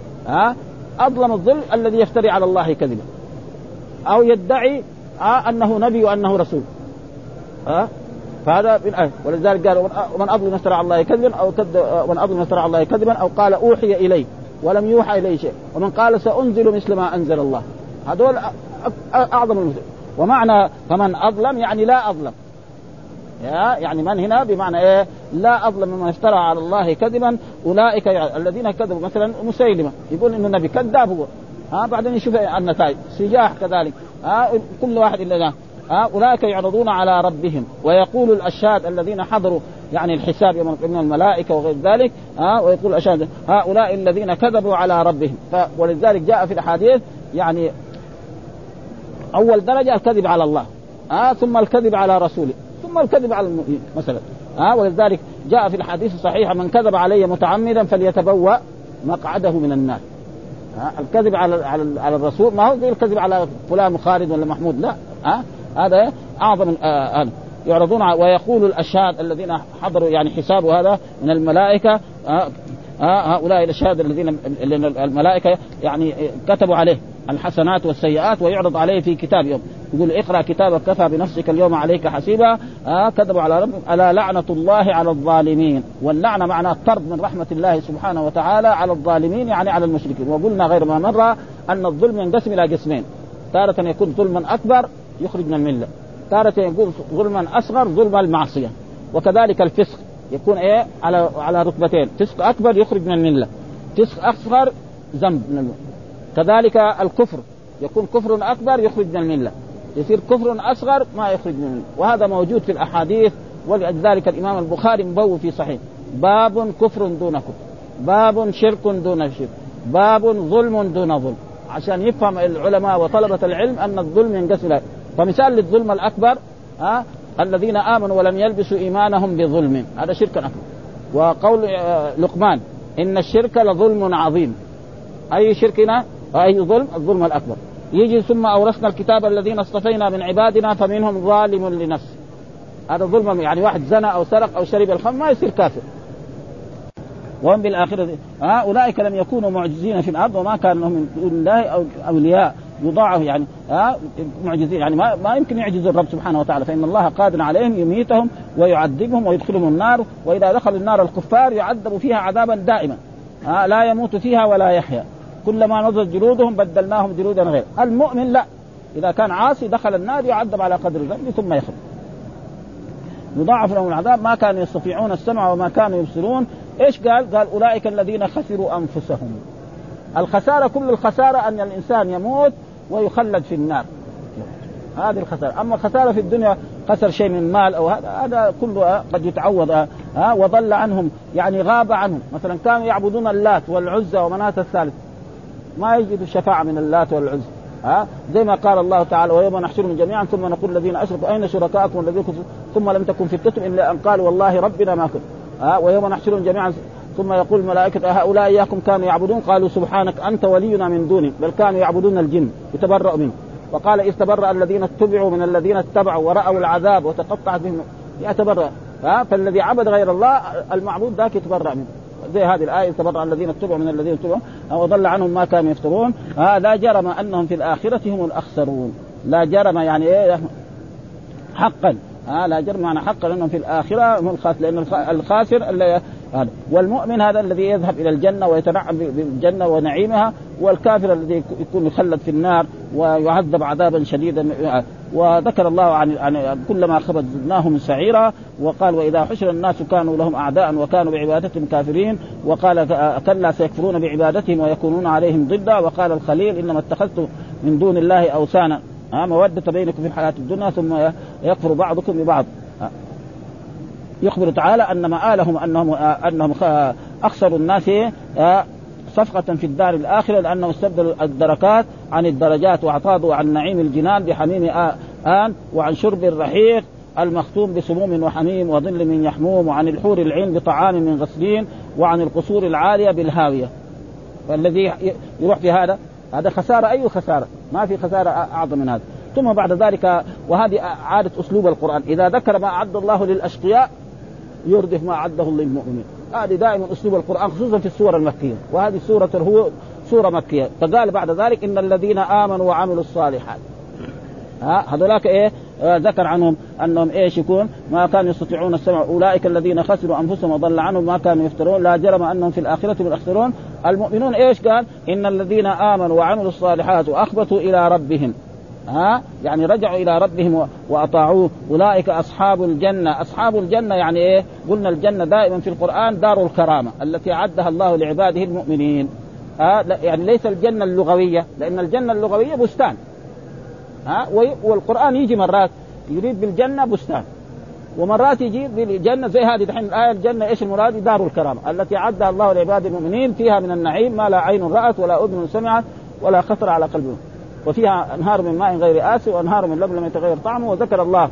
أظلم الظلم الذي يفتري على الله كذبا أو يدعي أنه نبي وأنه رسول. فهذا من آية. ولذلك قال ومن أظلم افترى على الله كذبا أو من أظلم افترى على الله كذبا أو قال أوحي إليه ولم يوحى إليه شيء ومن قال سأنزل مثل ما أنزل الله. هذول أعظم المثل. ومعنى فمن أظلم يعني لا أظلم يعني من هنا بمعنى إيه؟ لا أظلم من افترى على الله كذبا أولئك الذين كذبوا. مثلا مسيلمة يقول إنه النبي كذاب هو بعدين يشوف النتائج سجاح كذلك كل واحد إلا ذا. أولئك يعرضون على ربهم ويقول الأشهاد الذين حضروا يعني الحساب يوم من الملائكة وغير ذلك ويقول الأشهاد هؤلاء الذين كذبوا على ربهم. ولذلك جاء في الحديث يعني أول درجة الكذب على الله ثم الكذب على رسوله ثم الكذب على المؤمنين مثلا. ولذلك جاء في الحديث الصحيح من كذب علي متعمدا فليتبوأ مقعده من النار. الكذب على الرسول ما هو زي الكذب على فلان خالد ولا محمود لا. هذا أعظم. يعرضون ويقول الأشهاد الذين حضروا يعني حساب هذا من الملائكة هؤلاء الأشهاد الذين الملائكة يعني كتبوا عليه الحسنات والسيئات ويعرض عليه في كتاب يوم يقول اقرأ كتابك كفى بنفسك اليوم عليك حسيبا. كذبوا على ربهم ألا لعنة الله على الظالمين. واللعنة معناه الطرد من رحمة الله سبحانه وتعالى على الظالمين يعني على المشركين. وقلنا غير ما مرة أن الظلم ينقسم إلى قسمين. تارة يكون ظلما أكبر يخرج من الملة. تارة يكون ظلما أصغر ظلم المعصية. وكذلك الفسق يكون إيه على رتبتين. فسق أكبر يخرج من الملة فسق أصغر ذنب من الملة. كذلك الكفر يكون كفر أكبر يخرج من الملة يصير كفر أصغر ما يخرج من الملة. وهذا موجود في الأحاديث ولذلك الإمام البخاري مبوب في صحيح باب كفر دون كفر، باب شرك دون شرك، باب ظلم دون ظلم، عشان يفهم العلماء وطلبة العلم أن الظلم ينقسم إلى. فمثال للظلم الأكبر الذين آمنوا ولم يلبسوا إيمانهم بظلم، هذا شرك أكبر. وقول لقمان إن الشرك لظلم عظيم، أي شركنا أي ظلم؟ الظلم الأكبر. يجي ثم أورثنا الكتاب الذين اصطفينا من عبادنا فمنهم ظالم لنفسه، هذا ظلم، يعني واحد زنى أو سرق أو شرب الخمر ما يصير كافر. وهم بالآخرة أولئك لم يكونوا معجزين في الأرض وما كانوا من دون الله أو أولياء يضاعف، يعني معجزين، يعني ما يمكن يعجزوا الرب سبحانه وتعالى، فإن الله قادر عليهم يميتهم ويعذبهم ويدخلهم النار، وإذا دخلوا النار الكفار يعذبوا فيها عذابا دائما لا يموت فيها ولا يحيا، كلما نضجت جلودهم بدلناهم جلودا غير. المؤمن لا، إذا كان عاصي دخل النار يعذب على قدر ذنبه ثم يخرج. يضاعف لهم العذاب ما كانوا يستطيعون السمع وما كانوا يبصرون. إيش قال أولئك الذين خسروا أنفسهم. الخسارة كل الخسارة أن الإنسان يموت ويخلد في النار، هذه الخسارة. أما خسارة في الدنيا خسر شيء من مال أو هذا كله قد يتعوض وضل عنهم، يعني غاب عنهم. مثلا كانوا يعبدون اللات والعزى ومناة الثالث، ما يجدوا الشفاعة من اللات والعزى زي ما قال الله تعالى ويوم نحشرهم جميعا ثم نقول الذين أشركوا أين شركاءكم الذين كنتم ثم لم تكن فتنتهم إلا أن قالوا والله ربنا ما كنا ويوم نحشرهم جميعا ثم يقول الملائكة هؤلاء إياكم كانوا يعبدون قالوا سبحانك أنت ولينا من دونهم بل كانوا يعبدون الجن يتبرأوا منه. وقال إذ تبرأ الذين اتبعوا من الذين اتبعوا ورأوا العذاب وتقطعت بهم يتبرأ فالذي عبد غير الله المعبود ذاك يتبرأ منه. زي هذه الآية تبرأ الذين اتبعوا من الذين اتبعوا وضل عنهم ما كانوا يفترون. لا جرم أنهم في الآخرة هم الأخسرون. لا جرم يعني إيه حقا لا جرم يعني حقا أنهم في الآخرة هم الخاسر، لأن الخاسر هذا. والمؤمن هذا الذي يذهب إلى الجنة ويتنعم بالجنة ونعيمها، والكافر الذي يكون يخلد في النار ويعذب عذابا شديدا. وذكر الله عن كلما خبت زدناهم سعيرا، وقال وإذا حشر الناس كانوا لهم أعداء وكانوا بعبادتهم كافرين، وقال كلا سيكفرون بعبادتهم ويكونون عليهم ضدا. وقال الخليل إنما اتخذتم من دون الله أوثانا مودة بينكم في الحياة الدنيا ثم يكفر بعضكم ببعض. يخبر تعالى أن مآلهم أنهم أخسروا الناس صفقة في الدار الآخرة، لأنهم استبدلوا الدركات عن الدرجات واعتاضوا عن نعيم الجنان بحميم آن وعن شرب الرحيق المختوم بسموم وحميم وظل من يحموم وعن الحور العين بطعام من غسلين وعن القصور العالية بالهاوية. فالذي يروح في هذا خسارة، أي خسارة، ما في خسارة أعظم من هذا. ثم بعد ذلك وهذه عادة أسلوب القرآن إذا ذكر ما أعد الله للأشقياء يردف ما أعده للمؤمنين. هذه دائما أسلوب القرآن خصوصا في السورة المكية، وهذه سورة مكية. فقال بعد ذلك إن الذين آمنوا وعملوا الصالحات هذولاك إيه ذكر عنهم أنهم إيش يكون ما كانوا يستطيعون السمع أولئك الذين خسروا أنفسهم وضل عنهم ما كانوا يفترون لا جرم أنهم في الآخرة من الأخسرون. المؤمنون إيش قال إن الذين آمنوا وعملوا الصالحات وأخبتوا إلى ربهم يعني رجعوا إلى ربهم وأطاعوه أولئك أصحاب الجنة. أصحاب الجنة يعني إيه؟ قلنا الجنة دائما في القرآن دار الكرامة التي أعدها الله لعباده المؤمنين. يعني ليس الجنة اللغوية، لأن الجنة اللغوية بستان والقرآن يجي مرات يريد بالجنة بستان ومرات يجي بالجنة زي هذه دحين الآية الجنة إيش المراد؟ دار الكرامة التي أعدها الله لعباده المؤمنين فيها من النعيم ما لا عين رأت ولا أذن سمعت ولا خطر على قلب، وفيها أنهار من ماء غير آسن وأنهار من لبن لم يتغير طعمه. وذكر الله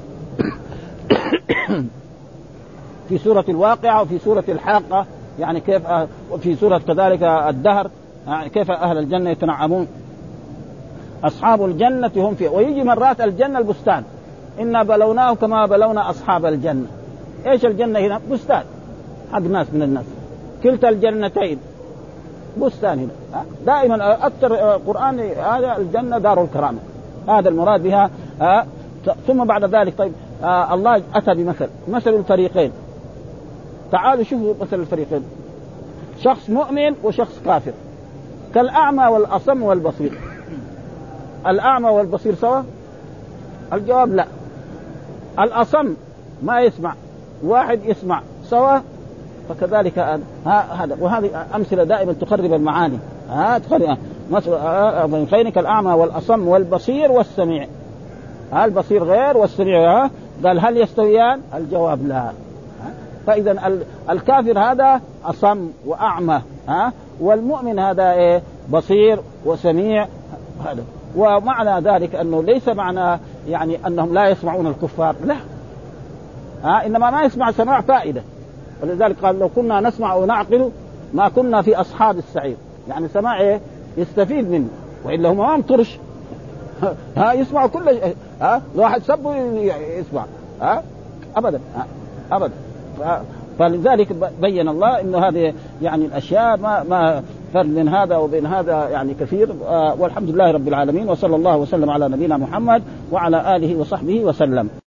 في سورة الواقعة وفي سورة الحاقة يعني كيف، وفي سورة كذلك الدهر يعني كيف أهل الجنة يتنعمون. أصحاب الجنة هم فيه. ويجي مرات الجنة البستان إنا بلوناه كما بلونا أصحاب الجنة. إيش الجنة هنا؟ بستان حق ناس من الناس، كلتا الجنتين بستان هنا. دائما أكثر قرآن هذا الجنة دار الكرامة، هذا المراد بها. ثم بعد ذلك طيب الله أتى مثل الفريقين. تعالوا شوفوا مثل الفريقين، شخص مؤمن وشخص كافر كالأعمى والأصم والبصير. الأعمى والبصير سوا؟ الجواب لا. الأصم ما يسمع، واحد يسمع سوا، فكذلك هذا. وهذه أمثلة دائما تقرب المعاني. تقرب مثل كالأعمى والأصم والبصير والسميع. البصير غير والسميع قال هل يستويان؟ الجواب لا. فإذا الكافر هذا أصم وأعمى، والمؤمن هذا إيه؟ بصير وسميع. هذا ومعنى ذلك أنه ليس معنى يعني أنهم لا يسمعون الكفار، لا، إنما ما يسمع سماع فائدة. ولذلك قال لو كنا نسمع ونعقل ما كنا في أصحاب السعير، يعني سماع إيه؟ يستفيد منه، وإلا هم ما مطرش يسمع كل شيء. لو واحد سبه يسمع أبدا أبدا. فلذلك بين الله إنه هذه يعني الأشياء ما فرق بين هذا وبين هذا يعني كثير. والحمد لله رب العالمين، وصلى الله وسلم على نبينا محمد وعلى آله وصحبه وسلم.